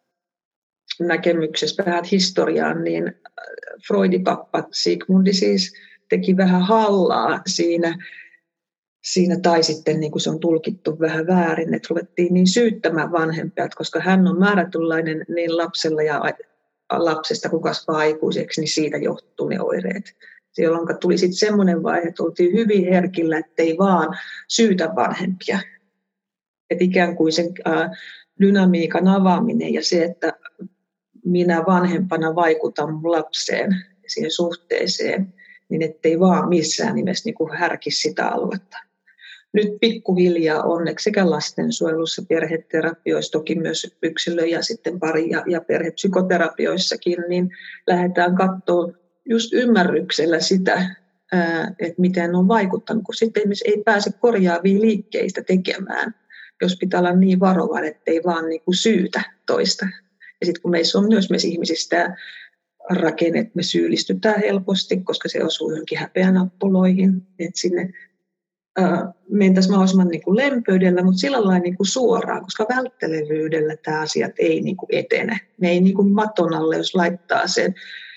näkemyksessä vähän historiaan, niin Freudin pappa Sigmundi siis teki vähän hallaa siinä, siinä tai sitten niin kuin se on tulkittu vähän väärin, että ruvettiin niin syyttämään vanhempia, koska hän on määrätynlainen niin lapsella ja lapsesta kun kasvaa aikuiseksi, niin siitä johtuu ne oireet. Jolloin tuli sitten semmoinen vaihe, että oltiin hyvin herkillä, ettei vaan syytä vanhempia. Että ikään kuin sen äh, dynamiikan avaaminen ja se, että minä vanhempana vaikutan mun lapseen ja siihen suhteeseen, niin ettei vaan missään nimessä niin kuin härkisi sitä aluetta. Nyt pikkuhiljaa onneksi sekä lastensuojelussa, perheterapioissa, toki myös yksilö- ja sitten pari- ja, ja perhepsykoterapioissakin, niin lähdetään katsoa just ymmärryksellä sitä, ää, että miten on vaikuttanut, kun sitten esimerkiksi ei pääse korjaavia liikkeistä tekemään, jos pitää olla niin varovainen, ettei vaan niin kuin syytä toista. Ja sitten kun meissä on myös meissä ihmisissä tämä rakenne, että me syyllistytään helposti, koska se osuu johonkin häpeänappuloihin, että sinne mentäisiin mahdollisimman niin kuin lempöydellä, mutta sillä lailla niin kuin suoraan, koska välttelevyydellä tämä asiat ei niin kuin etene. Ne ei niin kuin maton alle, jos laittaa sen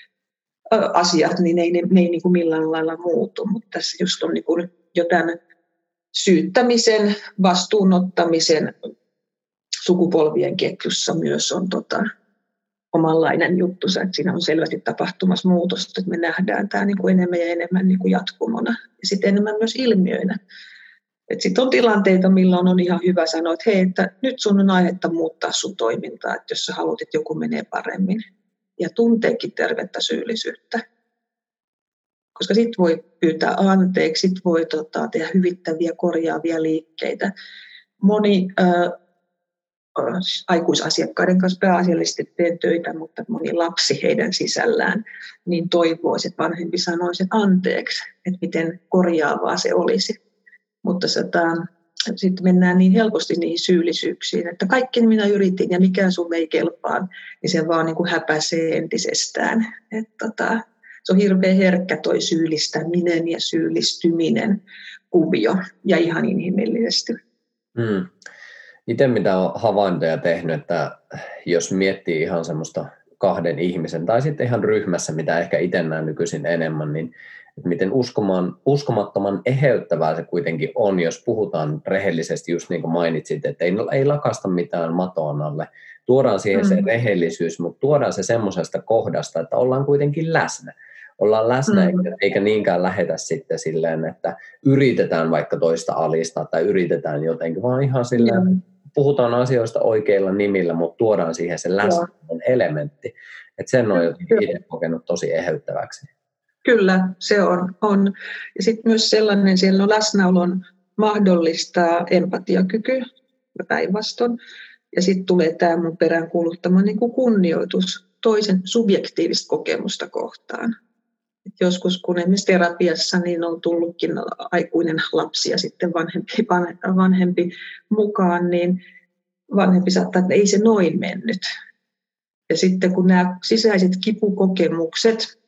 asiat, niin ei, ne, ne ei niin kuin millään lailla muutu. Mutta tässä just on niin kuin jo tämän syyttämisen, vastuunottamisen sukupolvien ketjussa myös on tota, omanlainen juttusa, että siinä on selvästi tapahtumassa muutosta, että me nähdään tämä niin kuin enemmän ja enemmän niin kuin jatkumona ja sitten enemmän myös ilmiöinä. Sitten on tilanteita, milloin on ihan hyvä sanoa, että hei, että nyt sun on aihetta muuttaa sun toimintaa, että jos sä haluat, että joku menee paremmin ja tunteekin tervettä syyllisyyttä. Koska sitten voi pyytää anteeksi, sitten voi tota, tehdä hyvittäviä, korjaavia liikkeitä. Moni äh, aikuisasiakkaiden kanssa pääasiallisesti teen töitä, mutta moni lapsi heidän sisällään niin toivoisi, että vanhempi sanoisi että anteeksi, että miten korjaavaa se olisi. Mutta sitten mennään niin helposti niihin syyllisyyksiin, että kaikki minä yritin ja mikään sun ei kelpaa, niin se vaan niin kuin häpäisee entisestään. Et tota, se on hirveän herkkä toi syyllistäminen ja syyllistyminen kuvio ja ihan inhimillisesti. Hmm. Itse mitä olen havaintoja tehnyt, että jos miettii ihan semmoista kahden ihmisen tai sitten ihan ryhmässä, mitä ehkä itse näen nykyisin enemmän, niin että miten uskomaan, uskomattoman eheyttävää se kuitenkin on, jos puhutaan rehellisesti, just niin kuin mainitsit, että ei, ei lakasta mitään matoon alle. Tuodaan siihen mm. se rehellisyys, mutta tuodaan se semmoisesta kohdasta, että ollaan kuitenkin läsnä. Ollaan läsnä mm. eikä, eikä niinkään lähetä sitten silleen, että yritetään vaikka toista alistaa tai yritetään jotenkin, vaan ihan silleen, mm. puhutaan asioista oikeilla nimillä, mutta tuodaan siihen se läsnäolon elementti. Että sen on jotenkin itse kokenut tosi eheyttäväksi. Kyllä, se on. on. Ja sitten myös sellainen, siellä on läsnäolon mahdollistaa empatiakyky päinvastoin. Ja sitten tulee tämä mun peräänkuuluttama niin kuin kunnioitus toisen subjektiivista kokemusta kohtaan. Et joskus kun esimerkiksi terapiassa niin on tullutkin aikuinen lapsi ja sitten vanhempi, vanhempi mukaan, niin vanhempi saattaa, että ei se noin mennyt. Ja sitten kun nämä sisäiset kipukokemukset,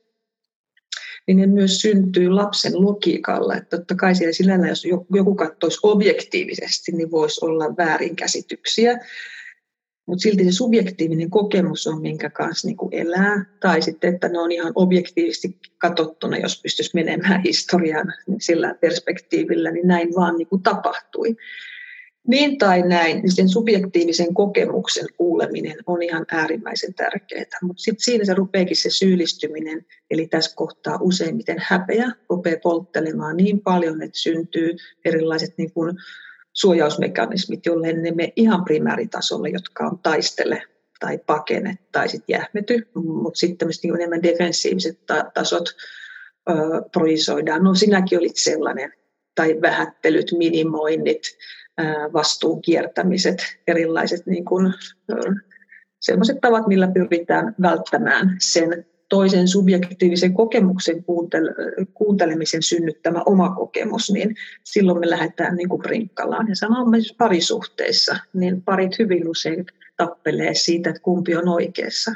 niin ne myös syntyy lapsen logiikalla. Että totta kai siellä sisällä, jos joku katsoisi objektiivisesti, niin voisi olla väärinkäsityksiä. Mutta silti se subjektiivinen kokemus on, minkä kanssa niinku elää. Tai sitten, että ne on ihan objektiivisesti katsottuna, jos pystyisi menemään historiaan niin sillä perspektiivillä, niin näin vaan niinku tapahtui. Niin tai näin, niin sen subjektiivisen kokemuksen kuuleminen on ihan äärimmäisen tärkeää. Mutta sitten siinä se rupeekin se syyllistyminen, eli tässä kohtaa useimmiten häpeä, rupeaa polttelemaan niin paljon, että syntyy erilaiset niin kuin suojausmekanismit, jolle ne me ihan primääritasolle, jotka on taistele tai pakene tai sitten jähmety, mutta sitten tämmöiset niin enemmän defensiiviset ta- tasot ö, projisoidaan. No sinäkin olit sellainen, tai vähättelyt, minimoinnit, vastuun kiertämiset, erilaiset niin kuin, sellaiset tavat, millä pyritään välttämään sen toisen subjektiivisen kokemuksen kuuntelemisen synnyttämä oma kokemus, niin silloin me lähdetään niin kuin rinkkalaan. Ja samoin myös parisuhteissa, niin parit hyvin usein tappelee siitä, että kumpi on oikeassa.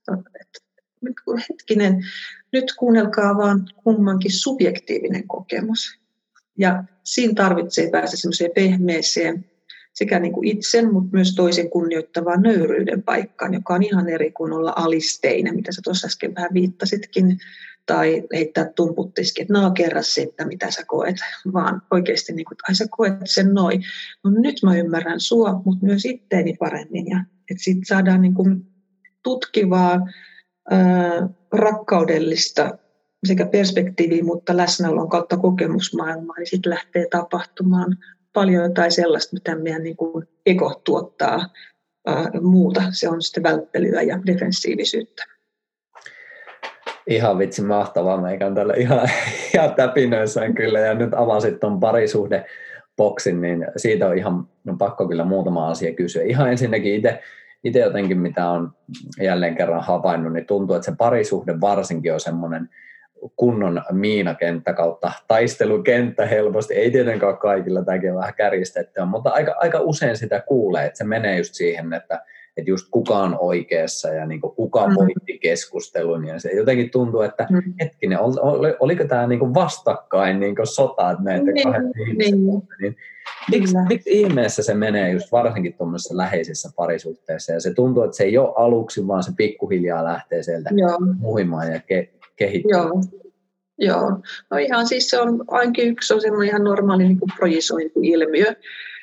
Hetkinen, nyt kuunnelkaa vaan kummankin subjektiivinen kokemus. Ja siinä tarvitsee päästä semmoiseen pehmeeseen sekä niin kuin itsen, mutta myös toisen kunnioittavaan nöyryyden paikkaan, joka on ihan eri kuin olla alisteinen, mitä sä tuossa äsken vähän viittasitkin, tai heittää tumputtiskin, että no kerran se, että mitä sä koet, vaan oikeasti niin kuin, että ai sä koet sen noin. No nyt mä ymmärrän sua, mutta myös itteeni paremmin. Ja että sitten saadaan niin kuin tutkivaa, ää, rakkaudellista sekä perspektiiviä, mutta läsnäolon kautta kokemusmaailmaa, niin sitten lähtee tapahtumaan paljon jotain sellaista, mitä meidän niin kuin ego tuottaa ää, muuta. Se on sitten välttelyä ja defensiivisyyttä. Ihan vitsi mahtavaa, meikän täällä ihan, ihan täpinöissään kyllä, ja nyt avasit tuon parisuhdeboksin, niin siitä on ihan no pakko kyllä muutama asia kysyä. Ihan ensinnäkin itse, itse jotenkin, mitä on jälleen kerran havainnut, niin tuntuu, että se parisuhde varsinkin on semmoinen kunnon miinakenttä kautta taistelukenttä helposti. Ei tietenkään kaikilla, tämäkin on vähän kärjistettyä, mutta aika, aika usein sitä kuulee, että se menee just siihen, että että just kuka on oikeassa ja niin kuin kuka mm. voitti keskustelun. Ja se jotenkin tuntuu, että mm. hetkinen, ol, ol, oliko tämä niin kuin vastakkain niin kuin sota näitä niin, kahden ihmisen. Niin. Niin, miksi, miksi ihmeessä se menee just varsinkin tuommoisessa läheisessä parisuhteessa? Ja se tuntuu, että se ei ole aluksi, vaan se pikkuhiljaa lähtee sieltä Joo. muhimaan ja ke, kehittymään. Joo. Joo. No ihan siis se on ainakin yksi on semmoinen ihan normaali niin kuin projisointi-ilmiö.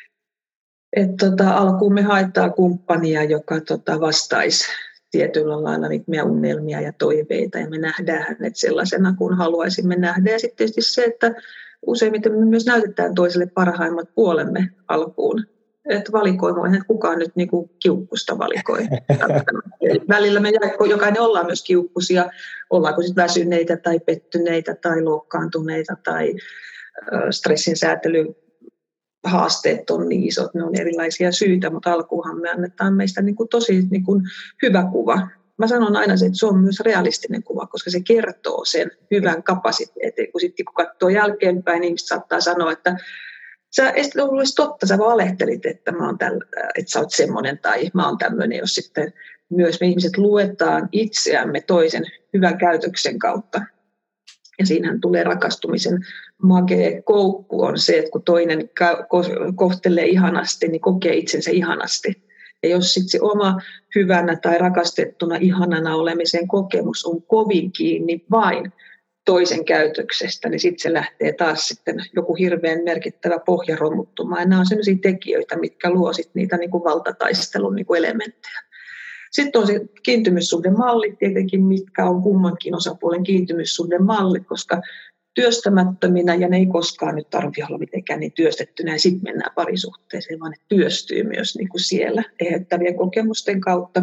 Että tota, alkuun me haetaan kumppania, joka tota, vastaisi tietyllä lailla niitä meidän unelmia ja toiveita, ja me nähdään hänet sellaisena, kuin haluaisimme nähdä. Ja sitten tietysti se, että useimmiten me myös näytetään toiselle parhaimmat puolemme alkuun. Että valikoimaan, että kukaan nyt niinku kiukkusta valikoi. Välillä me jokainen ollaan myös kiukkusia, ollaanko sitten väsyneitä tai pettyneitä tai loukkaantuneita tai stressin säätely. Haasteet on niin isot, ne on erilaisia syitä, mutta alkuunhan me annetaan meistä niin kuin tosi niin kuin hyvä kuva. Mä sanon aina se, että se on myös realistinen kuva, koska se kertoo sen hyvän kapasiteetin. Kun sitten kun katsoo jälkeenpäin, niin ihmiset saattaa sanoa, että sä et olisi totta, sä valehtelit, että, mä oon tällä, että sä oot semmoinen tai mä oon tämmöinen, jos sitten myös me ihmiset luetaan itseämme toisen hyvän käytöksen kautta. Ja siinähän tulee rakastumisen magee koukku on se, että kun toinen kohtelee ihanasti, niin kokee itsensä ihanasti. Ja jos sitten se oma hyvänä tai rakastettuna ihanana olemisen kokemus on kovin kiinni vain toisen käytöksestä, niin sitten se lähtee taas sitten joku hirveän merkittävä pohja romuttumaan. Ja nämä on sellaisia tekijöitä, mitkä luo sitten niitä niin kuin valtataistelun niin kuin elementtejä. Sitten on se kiintymyssuhdemalli tietenkin, mitkä on kummankin osapuolen kiintymyssuhdemalli, koska työstämättöminä, ja ne ei koskaan nyt tarvitse olla mitenkään niin työstettynä, ja sitten mennään parisuhteeseen, vaan ne työstyy myös niin kuin siellä eheyttävien kokemusten kautta.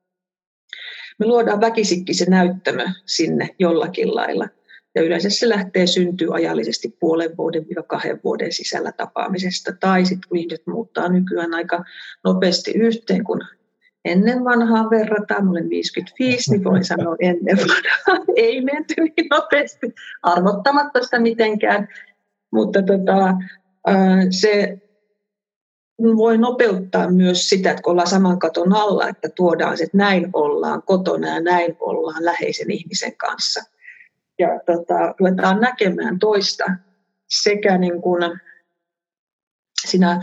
Me luodaan väkisikki se näyttämö sinne jollakin lailla, ja yleensä se lähtee syntyy ajallisesti puolen vuoden ja kahden vuoden sisällä tapaamisesta, tai sitten kun ihmiset muuttaa nykyään aika nopeasti yhteen, kun ennen vanhaa verrataan, mä olen viisikymmentäviisi, niin voin sanoa ennen vanhaa, ei menty niin nopeasti, arvottamatta sitä mitenkään, mutta tota, se voi nopeuttaa myös sitä, että kun ollaan saman katon alla, että tuodaan se, että näin ollaan kotona ja näin ollaan läheisen ihmisen kanssa. Ja tota, ruvetaan näkemään toista sekä niin kuin sinä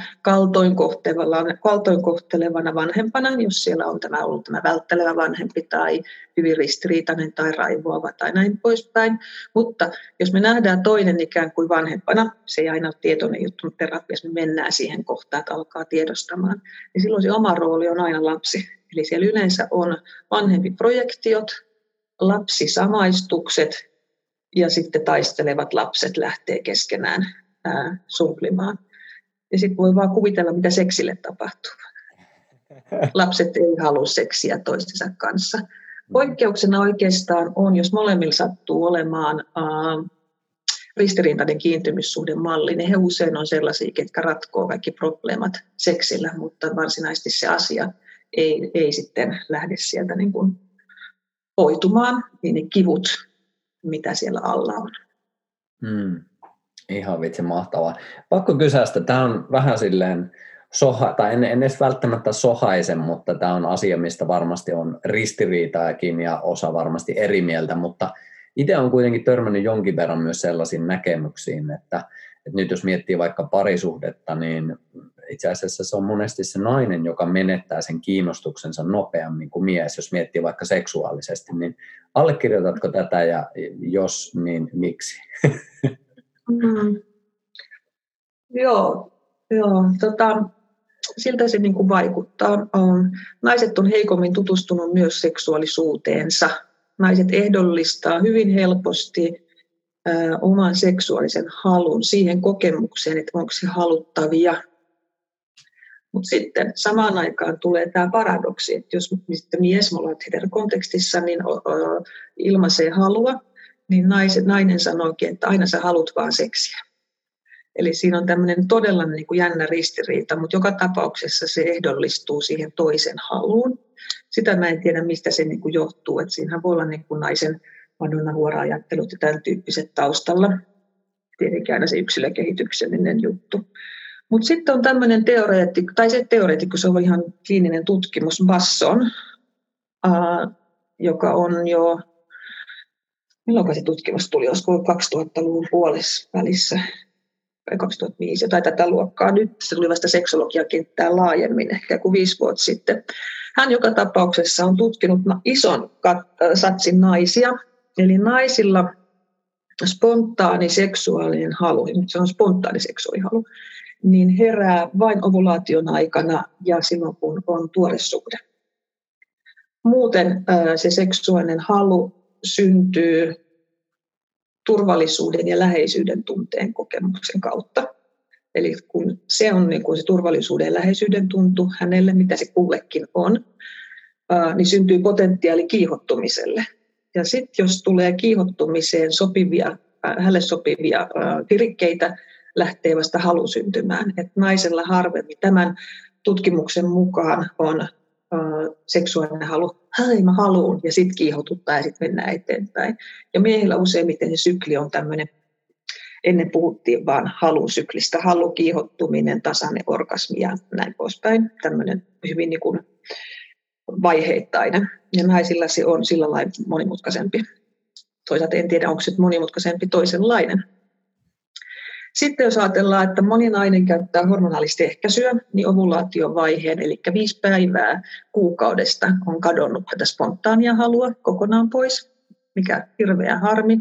kaltoinkohtelevana vanhempana, jos siellä on tämä ollut tämä välttelevä vanhempi tai hyvin ristiriitainen tai raivoava tai näin poispäin. Mutta jos me nähdään toinen ikään kuin vanhempana, se ei aina ole tietoinen juttu, mutta terapiassa me mennään siihen kohtaan, että alkaa tiedostamaan, niin silloin se oma rooli on aina lapsi. Eli siellä yleensä on vanhempiprojektiot, lapsisamaistukset ja sitten taistelevat lapset lähtee keskenään ää, sumplimaan. Ja sitten voi vaan kuvitella, mitä seksille tapahtuu. Lapset ei halua seksiä toistensa kanssa. Poikkeuksena oikeastaan on, jos molemmilla sattuu olemaan äh, ristiriitainen kiintymyssuhdemalli, niin he usein on sellaisia, ketkä ratkoo kaikki probleemat seksillä, mutta varsinaisesti se asia ei, ei sitten lähde sieltä niin kuin hoitumaan, niin ne kivut, mitä siellä alla on. Hmm. Ihan vitsi mahtavaa. Pakko kysästä, tämä on vähän silleen, soha, tai en, en edes välttämättä sohaisen, mutta tämä on asia, mistä varmasti on ristiriitaakin ja osa varmasti eri mieltä, mutta itse olen kuitenkin törmännyt jonkin verran myös sellaisiin näkemyksiin, että, että nyt jos miettii vaikka parisuhdetta, niin itse asiassa se on monesti se nainen, joka menettää sen kiinnostuksensa nopeammin kuin mies, jos miettii vaikka seksuaalisesti, niin allekirjoitatko tätä ja jos, niin miksi? Mm. Joo, joo tota, siltä se niin kuin vaikuttaa. Um, naiset on heikommin tutustunut myös seksuaalisuuteensa. Naiset ehdollistaa hyvin helposti uh, oman seksuaalisen halun siihen kokemukseen, että onko se haluttavia. Mutta sitten samaan aikaan tulee tämä paradoksi, että jos mies, me ollaan heterokontekstissa, niin ilmaisee halua, niin naiset, nainen sanookin, että aina sä haluat vaan seksiä. Eli siinä on tämmöinen todella niin kuin jännä ristiriita, mutta joka tapauksessa se ehdollistuu siihen toisen haluun. Sitä mä en tiedä, mistä se niin kuin johtuu, että siinähän voi olla niin kuin naisen madonnahuora-ajattelut ja tämän tyyppiset taustalla. Tietenkin aina se yksilökehityksellinen juttu. Mutta sitten on tämmöinen teoreetikko, tai se teoreetikko, se on ihan kliininen tutkimus, Basson, äh, joka on jo, milloin se tutkimus tuli, olisiko kaksituhattaluvun puolessa välissä, tai kaksituhattaviisi, tai tätä luokkaa. Nyt se tuli vasta seksologiakenttään laajemmin, ehkä kuin viisi vuotta sitten. Hän joka tapauksessa on tutkinut ison satsin naisia, eli naisilla spontaani seksuaalinen halu, nyt se on spontaani seksuaalihalu, niin herää vain ovulaation aikana ja silloin, kun on tuore suhde. Muuten se seksuaalinen halu syntyy turvallisuuden ja läheisyyden tunteen kokemuksen kautta. Eli kun se on niin kuin se turvallisuuden ja läheisyyden tuntu hänelle, mitä se kullekin on, niin syntyy potentiaali kiihottumiselle. Ja sitten jos tulee kiihottumiseen sopivia, hänelle sopivia virikkeitä, lähtee vasta halu syntymään. Et naisella harvemmin tämän tutkimuksen mukaan on seksuaalinen halu, hei mä haluun, ja sitten kiihotuttaa ja sitten mennään eteenpäin. Ja miehillä useimmiten se sykli on tämmöinen, ennen puhuttiin vaan halusyklistä, halu, kiihottuminen, tasainen orgasmi ja näin poispäin. Tämmöinen hyvin niin kuin vaiheittainen. Ja naisilla se on sillä lailla monimutkaisempi. Toisaalta en tiedä, onko se monimutkaisempi toisenlainen. Sitten jos ajatellaan, että moni nainen käyttää hormonaalista ehkäisyä, niin ovulaatiovaiheen, eli viisi päivää kuukaudesta on kadonnut tätä spontaania halua kokonaan pois, mikä hirveä harmi.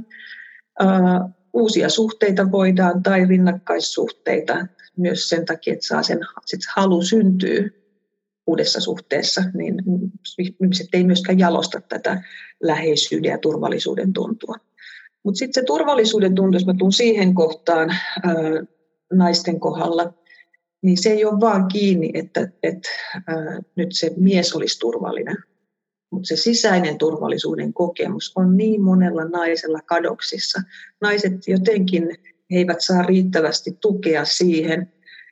Uh, uusia suhteita voidaan tai rinnakkaissuhteita myös sen takia, että saa sen, sit halu syntyy uudessa suhteessa, niin ihmiset ei myöskään jalosta tätä läheisyyden ja turvallisuuden tuntua. Mutta sitten se turvallisuuden tuntu, jos mä tuun siihen kohtaan ää, naisten kohdalla, niin se ei ole vaan kiinni, että et, ää, nyt se mies olisi turvallinen. Mutta se sisäinen turvallisuuden kokemus on niin monella naisella kadoksissa. Naiset jotenkin he eivät saa riittävästi tukea siihen,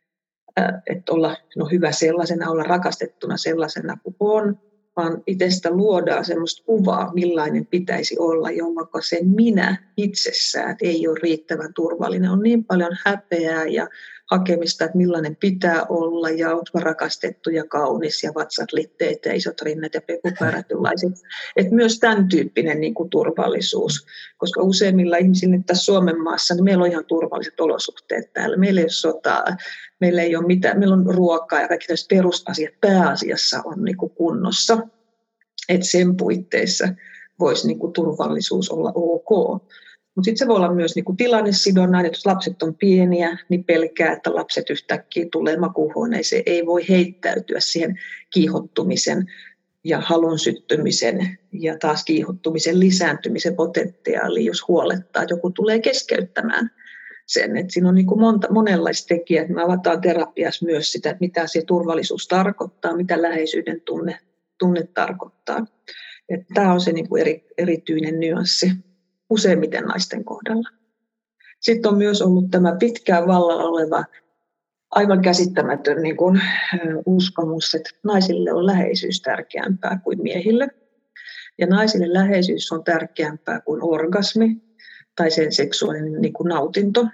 ää, että olla no, hyvä sellaisena, olla rakastettuna sellaisena kuin on, vaan itsestä luodaan semmoista kuvaa, millainen pitäisi olla, jolloin se minä itsessään ei ole riittävän turvallinen. On niin paljon häpeää ja hakemista, että millainen pitää olla, ja oletko rakastettu ja kaunis, ja vatsat litteet ja isot rinnat ja pekupäärätylaiset. Että myös tämän tyyppinen niin kuin turvallisuus, koska useimmilla ihmisillä nyt tässä Suomen maassa, niin meillä on ihan turvalliset olosuhteet täällä. Meillä ei ole sotaa, meillä ei ole mitään, meillä on ruokaa ja kaikki tällaiset perusasiat pääasiassa on niin kuin kunnossa. Että sen puitteissa voisi niin kuin turvallisuus olla ok. Mutta sitten se voi olla myös niinku tilannesidonnainen, että jos lapset on pieniä, niin pelkää, että lapset yhtäkkiä tulee makuuhuoneeseen. Ei voi heittäytyä siihen kiihottumisen ja halun syttymisen ja taas kiihottumisen lisääntymisen potentiaaliin, jos huolettaa, että joku tulee keskeyttämään sen. Et siinä on niinku monta, monenlaista tekijää. Me avataan terapiassa myös sitä, mitä se turvallisuus tarkoittaa, mitä läheisyyden tunne, tunne tarkoittaa. Tämä on se niinku eri, erityinen nyanssi useimmiten naisten kohdalla. Sitten on myös ollut tämä pitkään vallalla oleva aivan käsittämätön niin kuin, uskomus, että naisille on läheisyys tärkeämpää kuin miehille. Ja naisille läheisyys on tärkeämpää kuin orgasmi tai sen seksuaalinen niin kuin nautinto.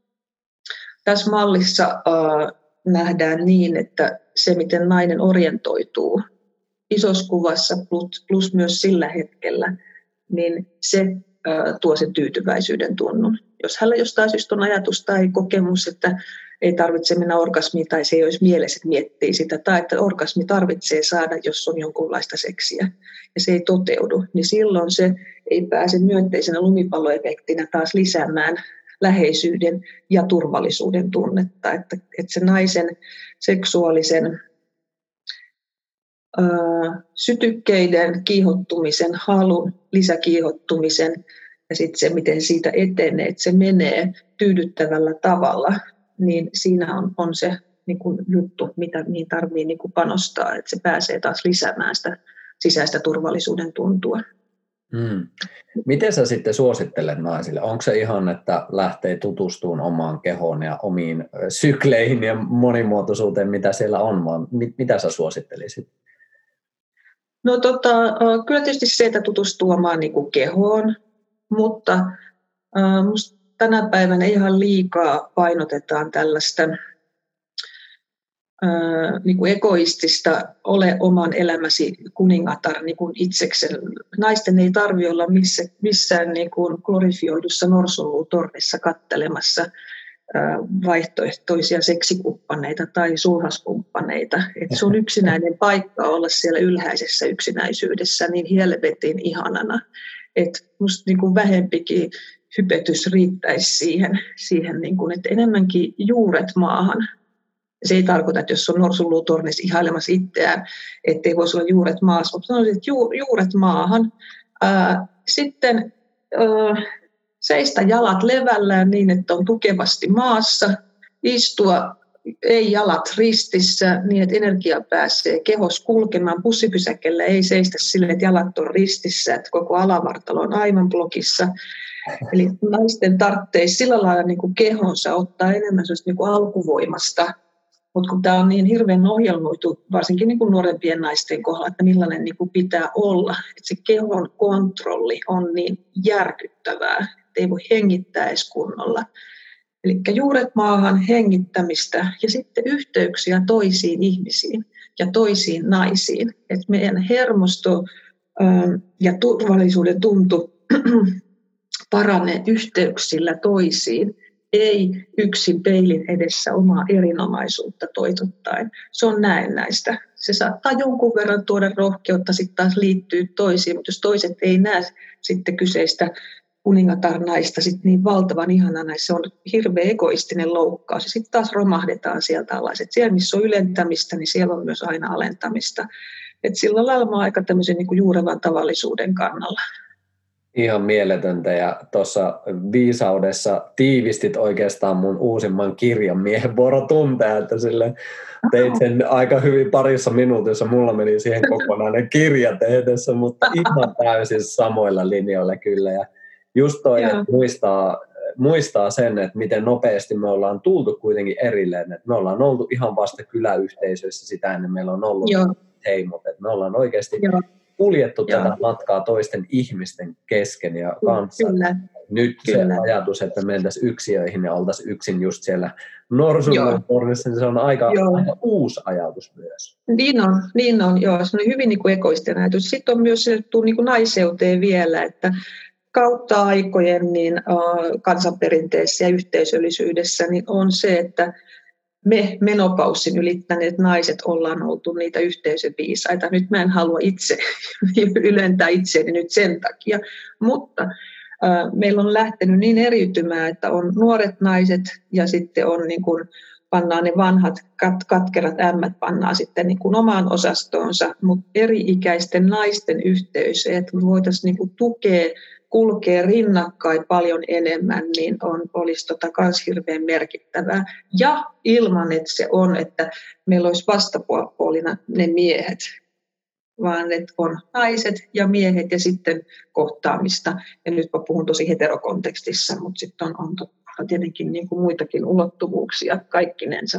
Tässä mallissa äh, nähdään niin, että se miten nainen orientoituu isossa kuvassa plus, plus myös sillä hetkellä, niin se tuo sen tyytyväisyyden tunnun. Jos hänellä jostain syystä on ajatus tai kokemus, että ei tarvitse mennä orgasmiin tai se ei olisi mielessä, että miettii sitä, tai että orgasmi tarvitsee saada, jos on jonkunlaista seksiä ja se ei toteudu, niin silloin se ei pääse myönteisenä lumipalloefektinä taas lisäämään läheisyyden ja turvallisuuden tunnetta, että, että se naisen seksuaalisen sytykkeiden, kiihottumisen, halun, lisäkiihottumisen ja sitten se, miten siitä etenee, että se menee tyydyttävällä tavalla, niin siinä on, on se niin kuin juttu, mitä, mihin tarvitsee niin kuin panostaa, että se pääsee taas lisäämään sitä sisäistä turvallisuuden tuntua. Hmm. Miten sä sitten suosittelet naisille? Onko se ihan, että lähtee tutustumaan omaan kehoon ja omiin sykleihin ja monimuotoisuuteen, mitä siellä on, vaan mit, mitä sä suosittelisit? No tota, kyllä tietysti se, että tutustuu omaan niin kuin kehoon, mutta äh, musta tänä päivänä ihan liikaa painotetaan tällaista äh, niin kuin egoistista ole oman elämäsi kuningatar niin kuin itsekseen. Naisten ei tarvitse olla missä, missään niin kuin glorifioidussa norsunluutornissa kattelemassa äh, vaihtoehtoisia seksikumppaneita tai sulhaskumppaneita. Et se on yksinäinen paikka olla siellä ylhäisessä yksinäisyydessä niin helvetin ihanana, että musta niin kuin vähempikin hypetys riittäisi siihen, siihen niin kuin, että enemmänkin juuret maahan. Se ei tarkoita, että jos on norsunluutornissa ihailemassa itseään, ettei voisi olla juuret maassa, mutta sanoisin, että ju, juuret maahan. Ää, sitten ää, seistä jalat levällään niin, että on tukevasti maassa, istua ei jalat ristissä niin, että energia pääsee kehos kulkemaan. Bussipysäkellä ei seistä sille, että jalat on ristissä, että koko alavartalo on aivan blokissa. Eli naisten tarvitsisi sillä lailla niin kuin kehonsa ottaa enemmän niin kuin alkuvoimasta. Mutta kun tämä on niin hirveän ohjelmoitu, varsinkin niin kuin nuorempien naisten kohdalla, että millainen niin kuin pitää olla, että se kehon kontrolli on niin järkyttävää, että ei voi hengittää edes kunnolla. Eli juuret maahan, hengittämistä ja sitten yhteyksiä toisiin ihmisiin ja toisiin naisiin. Että meidän hermosto ja turvallisuuden tuntu paranee yhteyksillä toisiin. Ei yksin peilin edessä omaa erinomaisuutta toitottaen. Se on näennäistä. Se saattaa jonkun verran tuoda rohkeutta, sitten taas liittyy toisiin, mutta jos toiset ei näe sitten kyseistä kuningatarnaista sit niin valtavan ihanana, se on hirveän egoistinen loukkaus. Sitten taas romahdetaan sieltä alas. Et siellä, missä on ylentämistä, niin siellä on myös aina alentamista. Et sillä lailla mä oon aika tämmöisen niin kuin juurevan tavallisuuden kannalla. Ihan mieletöntä, ja tuossa viisaudessa tiivistit oikeastaan mun uusimman kirjan Miehen vuoro tuntea, että sille teit sen aika hyvin parissa minuutissa, mulla meni siihen kokonainen kirja tehdessä, mutta ihan täysin samoilla linjoilla kyllä, ja just toi, että muistaa, muistaa sen, että miten nopeasti me ollaan tultu kuitenkin erilleen, että me ollaan oltu ihan vasta kyläyhteisöissä sitä ennen, meillä on ollut Joo. heimot, että me ollaan oikeasti Joo. kuljettu Joo. tätä matkaa toisten ihmisten kesken ja kanssa. Kyllä. Nyt Kyllä. se ajatus, että mentäisiin yksiöihin ja oltaisiin yksin just siellä norsunluutornissa, niin se on aika, aika uusi ajatus myös. Niin on, niin on joo. Se on hyvin niin kuin egoistinen ajatus. Sitten on myös se niin kuin naiseuteen vielä, että kautta aikojen niin, uh, kansanperinteessä ja yhteisöllisyydessä niin on se, että me menopaussin ylittäneet naiset ollaan oltu niitä yhteisöviisaita. Nyt mä en halua itse ylentää itseäni nyt sen takia, mutta uh, meillä on lähtenyt niin eriytymään, että on nuoret naiset ja sitten on niin kuin, pannaan ne vanhat kat- katkerat ämmät pannaan sitten niin kuin omaan osastoonsa, mutta eri-ikäisten naisten yhteys, että me voitaisiin niin kuin tukea kulkee rinnakkain paljon enemmän, niin on, olisi tota kans hirveän merkittävää. Ja ilman, että se on, että meillä olisi vastapuolina ne miehet, vaan että on naiset ja miehet ja sitten kohtaamista. Ja nyt mä puhun tosi heterokontekstissa, mutta sitten on, on totta tietenkin niin kuin muitakin ulottuvuuksia kaikkinensa.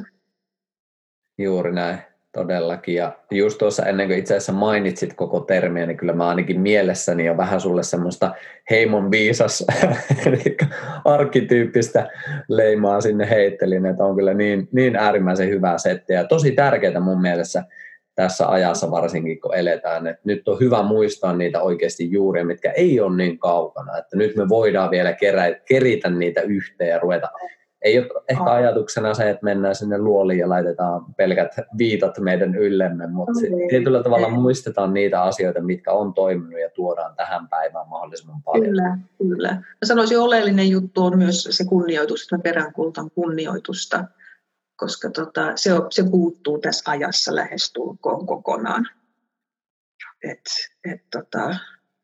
Juuri näin. Todellakin, ja just tuossa ennen kuin itse asiassa mainitsit koko termiä, niin kyllä mä ainakin mielessäni jo vähän sulle semmoista heimon viisas, eli arkkityyppistä leimaa sinne heittelin, että on kyllä niin, niin äärimmäisen hyvää settiä, ja tosi tärkeää mun mielessä tässä ajassa varsinkin, kun eletään, että nyt on hyvä muistaa niitä oikeasti juuria, mitkä ei ole niin kaukana, että nyt me voidaan vielä kerä, keritä niitä yhteen ja ruveta. Ei ole ehkä ajatuksena se, että mennään sinne luoliin ja laitetaan pelkät viitat meidän yllemme, mutta okay. tietyllä tavalla muistetaan niitä asioita, mitkä on toiminut ja tuodaan tähän päivään mahdollisimman paljon. Kyllä, kyllä. Mä sanoisin, oleellinen juttu on myös se kunnioitus, että mä peräänkuulutan kunnioitusta, koska tota, se, on, se puuttuu tässä ajassa lähestulkoon kokonaan. Et, et, tota,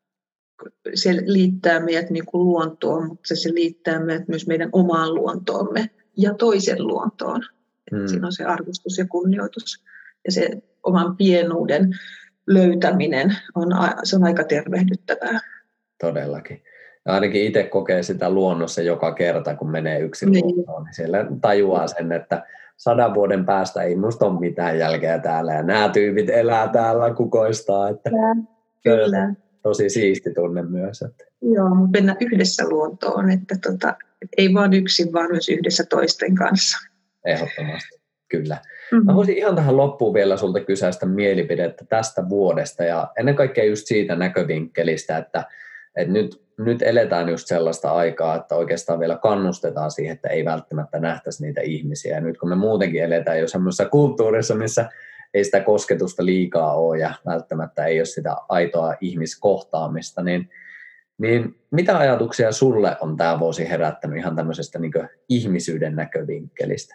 se liittää meidät niin kuin luontoon, mutta se, se liittää meidät myös meidän omaan luontoomme ja toisen luontoon. Mm. Siinä on se arvostus ja kunnioitus. Ja se oman pienuuden löytäminen on, se on aika tervehdyttävää. Todellakin. Ja ainakin itse kokee sitä luonnossa joka kerta, kun menee yksin niin. luontoon, niin siellä tajuaa sen, että sadan vuoden päästä ei musta ole mitään jälkeä täällä, ja nämä tyypit elää täällä, kukoistaa. Että Kyllä. Tosi siisti tunne myös. Että. Joo, mutta mennä yhdessä luontoon, että tota, ei vaan yksin, vaan myös yhdessä toisten kanssa. Ehdottomasti, kyllä. Mm-hmm. Mä voisin ihan tähän loppuun vielä sulta kysäistä mielipidettä tästä vuodesta, ja ennen kaikkea just siitä näkövinkkelistä, että, että nyt, nyt eletään just sellaista aikaa, että oikeastaan vielä kannustetaan siihen, että ei välttämättä nähtäisi niitä ihmisiä. Ja nyt kun me muutenkin eletään jo semmoisessa kulttuurissa, missä ei sitä kosketusta liikaa ole ja välttämättä ei ole sitä aitoa ihmiskohtaamista, niin, niin mitä ajatuksia sulle on tämä vuosi herättänyt ihan tämmöisestä niin kuin ihmisyyden näkövinkkelistä?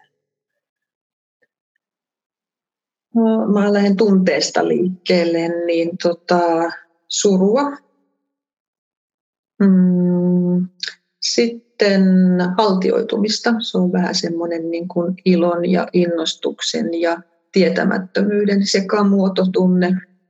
No, mä lähden tunteesta liikkeelle, niin tota, surua. Mm, sitten haltioitumista. Se on vähän semmoinen niin kuin ilon ja innostuksen ja tietämättömyyden sekamuototunne.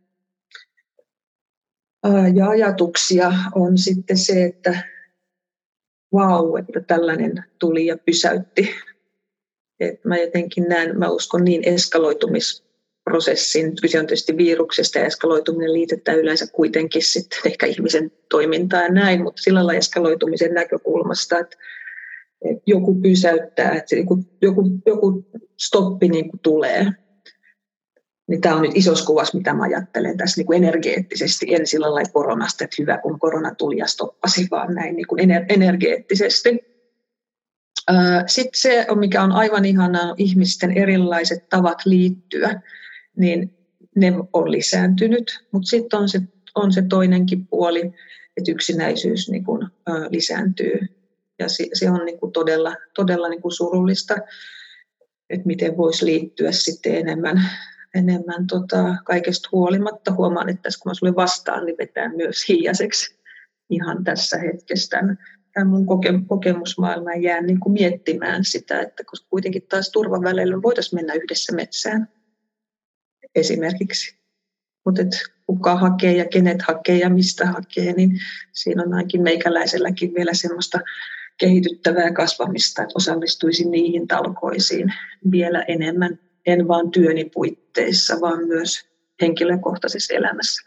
Ja ajatuksia on sitten se, että vau, että tällainen tuli ja pysäytti. Et mä jotenkin näen, mä uskon niin eskaloitumisprosessin, kyse on tietysti viruksesta ja eskaloituminen liitetään yleensä kuitenkin sitten ehkä ihmisen toimintaan ja näin, mutta sillä lailla eskaloitumisen näkökulmasta, että, että joku pysäyttää, että joku, joku, joku stoppi niin kuin tulee. Niin tämä on nyt isossa kuvassa, mitä mä ajattelen tässä niin kuin energeettisesti, en sillä lailla koronasta, että hyvä kun korona tuli ja stoppasi, vaan näin niin kuin energeettisesti. Sitten se, mikä on aivan ihanaa, ihmisten erilaiset tavat liittyä, niin ne on lisääntynyt, mutta sitten on se, on se toinenkin puoli, että yksinäisyys niin kuin, lisääntyy. Ja se, se on niin kuin todella, todella niin kuin surullista, että miten voisi liittyä sitten enemmän. enemmän tota, kaikesta huolimatta. Huomaan, että tässä kun mä sulle vastaan, niin vetää myös hiljaiseksi ihan tässä hetkessä tämän, tämän mun koke- kokemusmaailma ja jään niin kuin miettimään sitä, että koska kuitenkin taas turvaväleillä voitaisiin mennä yhdessä metsään esimerkiksi. Mutta kuka hakee ja kenet hakee ja mistä hakee, niin siinä on ainakin meikäläiselläkin vielä semmoista kehityttävää kasvamista, että osallistuisin niihin talkoisiin vielä enemmän. En vain työni puitteissa, vaan myös henkilökohtaisessa elämässä.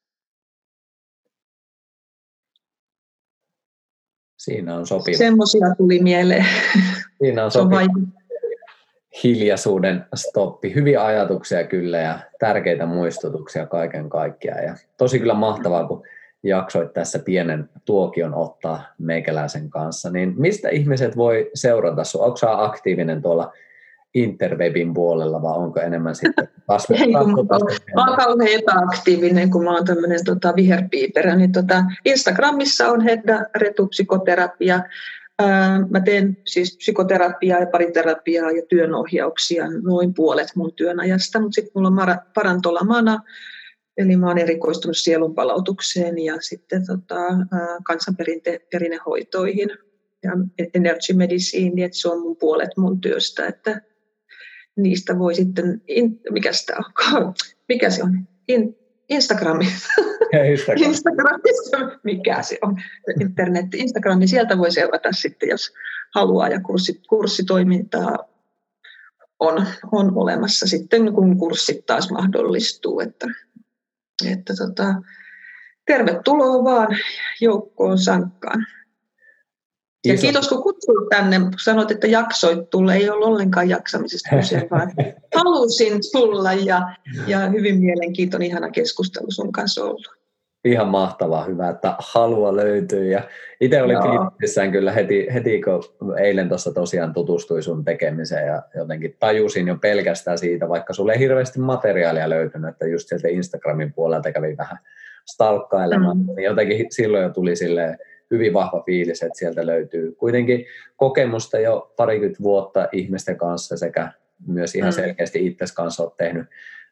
Siinä on sopiva. Semmoisia tuli mieleen. Siinä on sopiva hiljaisuuden stoppi. Hyviä ajatuksia kyllä ja tärkeitä muistutuksia kaiken kaikkiaan. Ja tosi kyllä mahtavaa, kun jaksoit tässä pienen tuokion ottaa meikäläisen kanssa. Niin mistä ihmiset voi seurata sinua? Onko sinä aktiivinen tuolla interwebin puolella, vai onko enemmän sitten kasvattaa? Mä oon kauhean epäaktiivinen, kun mä oon tämmöinen tota, viherpiiperä. Niin, tota, Instagramissa on Hedda Retu psykoterapia. Ää, mä teen siis psykoterapiaa ja pariterapiaa ja työnohjauksia noin puolet mun työnajasta, mutta sitten mulla on Mara, Parantola Mana, eli mä oon erikoistunut sielunpalautukseen ja sitten tota, kansanperinnehoitoihin ja energy medicine, että se on mun puolet mun työstä, että niistä voi sitten, in, mikä, sitä on? mikä se on? In, Instagramissa. Instagram. Instagramissa, mikä se on? Internet, Instagrami, sieltä voi seurata sitten, jos haluaa, ja kurssi, kurssitoimintaa on, on olemassa sitten, kun kurssit taas mahdollistuu. Että, että tota, tervetuloa vaan joukkoon sankkaan. Ja Iso. Kiitos, kun kutsuit tänne. Sanoit, että jaksoit tulla. Ei ollut ollenkaan jaksamisesta kyse, vaan halusin tulla. Ja, ja hyvin mielenkiintoinen, ihana keskustelu sun kanssa ollut. Ihan mahtavaa, hyvä, että halua löytyy. Ja itse olin fiilissään kyllä heti, heti, kun eilen tuossa tosiaan tutustuin sun tekemiseen ja jotenkin tajusin jo pelkästään siitä, vaikka sulle ei hirveästi materiaalia löytynyt, että just sieltä Instagramin puolelta kävin vähän stalkkailemaan. Mm. Niin jotenkin silloin jo tuli silleen hyvin vahva fiilis, että sieltä löytyy kuitenkin kokemusta jo parikymmentä vuotta ihmisten kanssa sekä myös ihan selkeästi itsesi kanssa olet tehnyt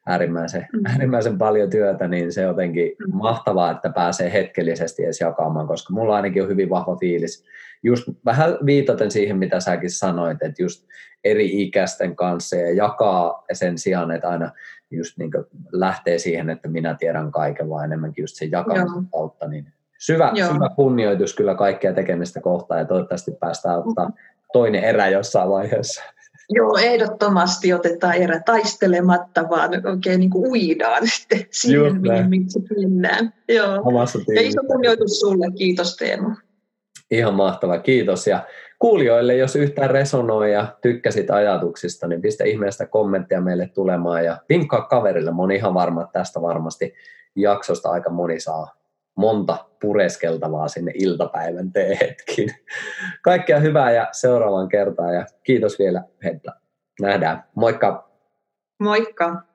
äärimmäisen, Mm. äärimmäisen paljon työtä, niin se jotenkin Mm. mahtavaa, että pääsee hetkellisesti edes jakamaan, koska mulla ainakin on hyvin vahva fiilis. Just vähän viitaten siihen, mitä säkin sanoit, että just eri ikäisten kanssa ja jakaa sen sijaan, että aina just niin kuin lähtee siihen, että minä tiedän kaiken, vaan enemmänkin just sen jakamisen Joo. kautta. Niin syvä, Joo. syvä kunnioitus kyllä kaikkea tekemistä kohtaan ja toivottavasti päästään ottaa toinen erä jossain vaiheessa. Joo, ehdottomasti otetaan erä taistelematta, vaan oikein niin kuin uidaan sitten siihen, mihin, mihin mennään. Joo. Ja iso kunnioitus sulle. Kiitos Teemu. Ihan mahtava, kiitos. Ja kuulijoille, jos yhtään resonoi ja tykkäsit ajatuksista, niin pistä ihmeestä kommenttia meille tulemaan ja vinkkaa kaverille. Mä oon ihan varma, että tästä varmasti jaksosta aika moni saa monta pureskeltavaa sinne iltapäivän teehetkiin. Kaikkea hyvää ja seuraavaan kertaan ja kiitos vielä Hedda. Nähdään. Moikka! Moikka!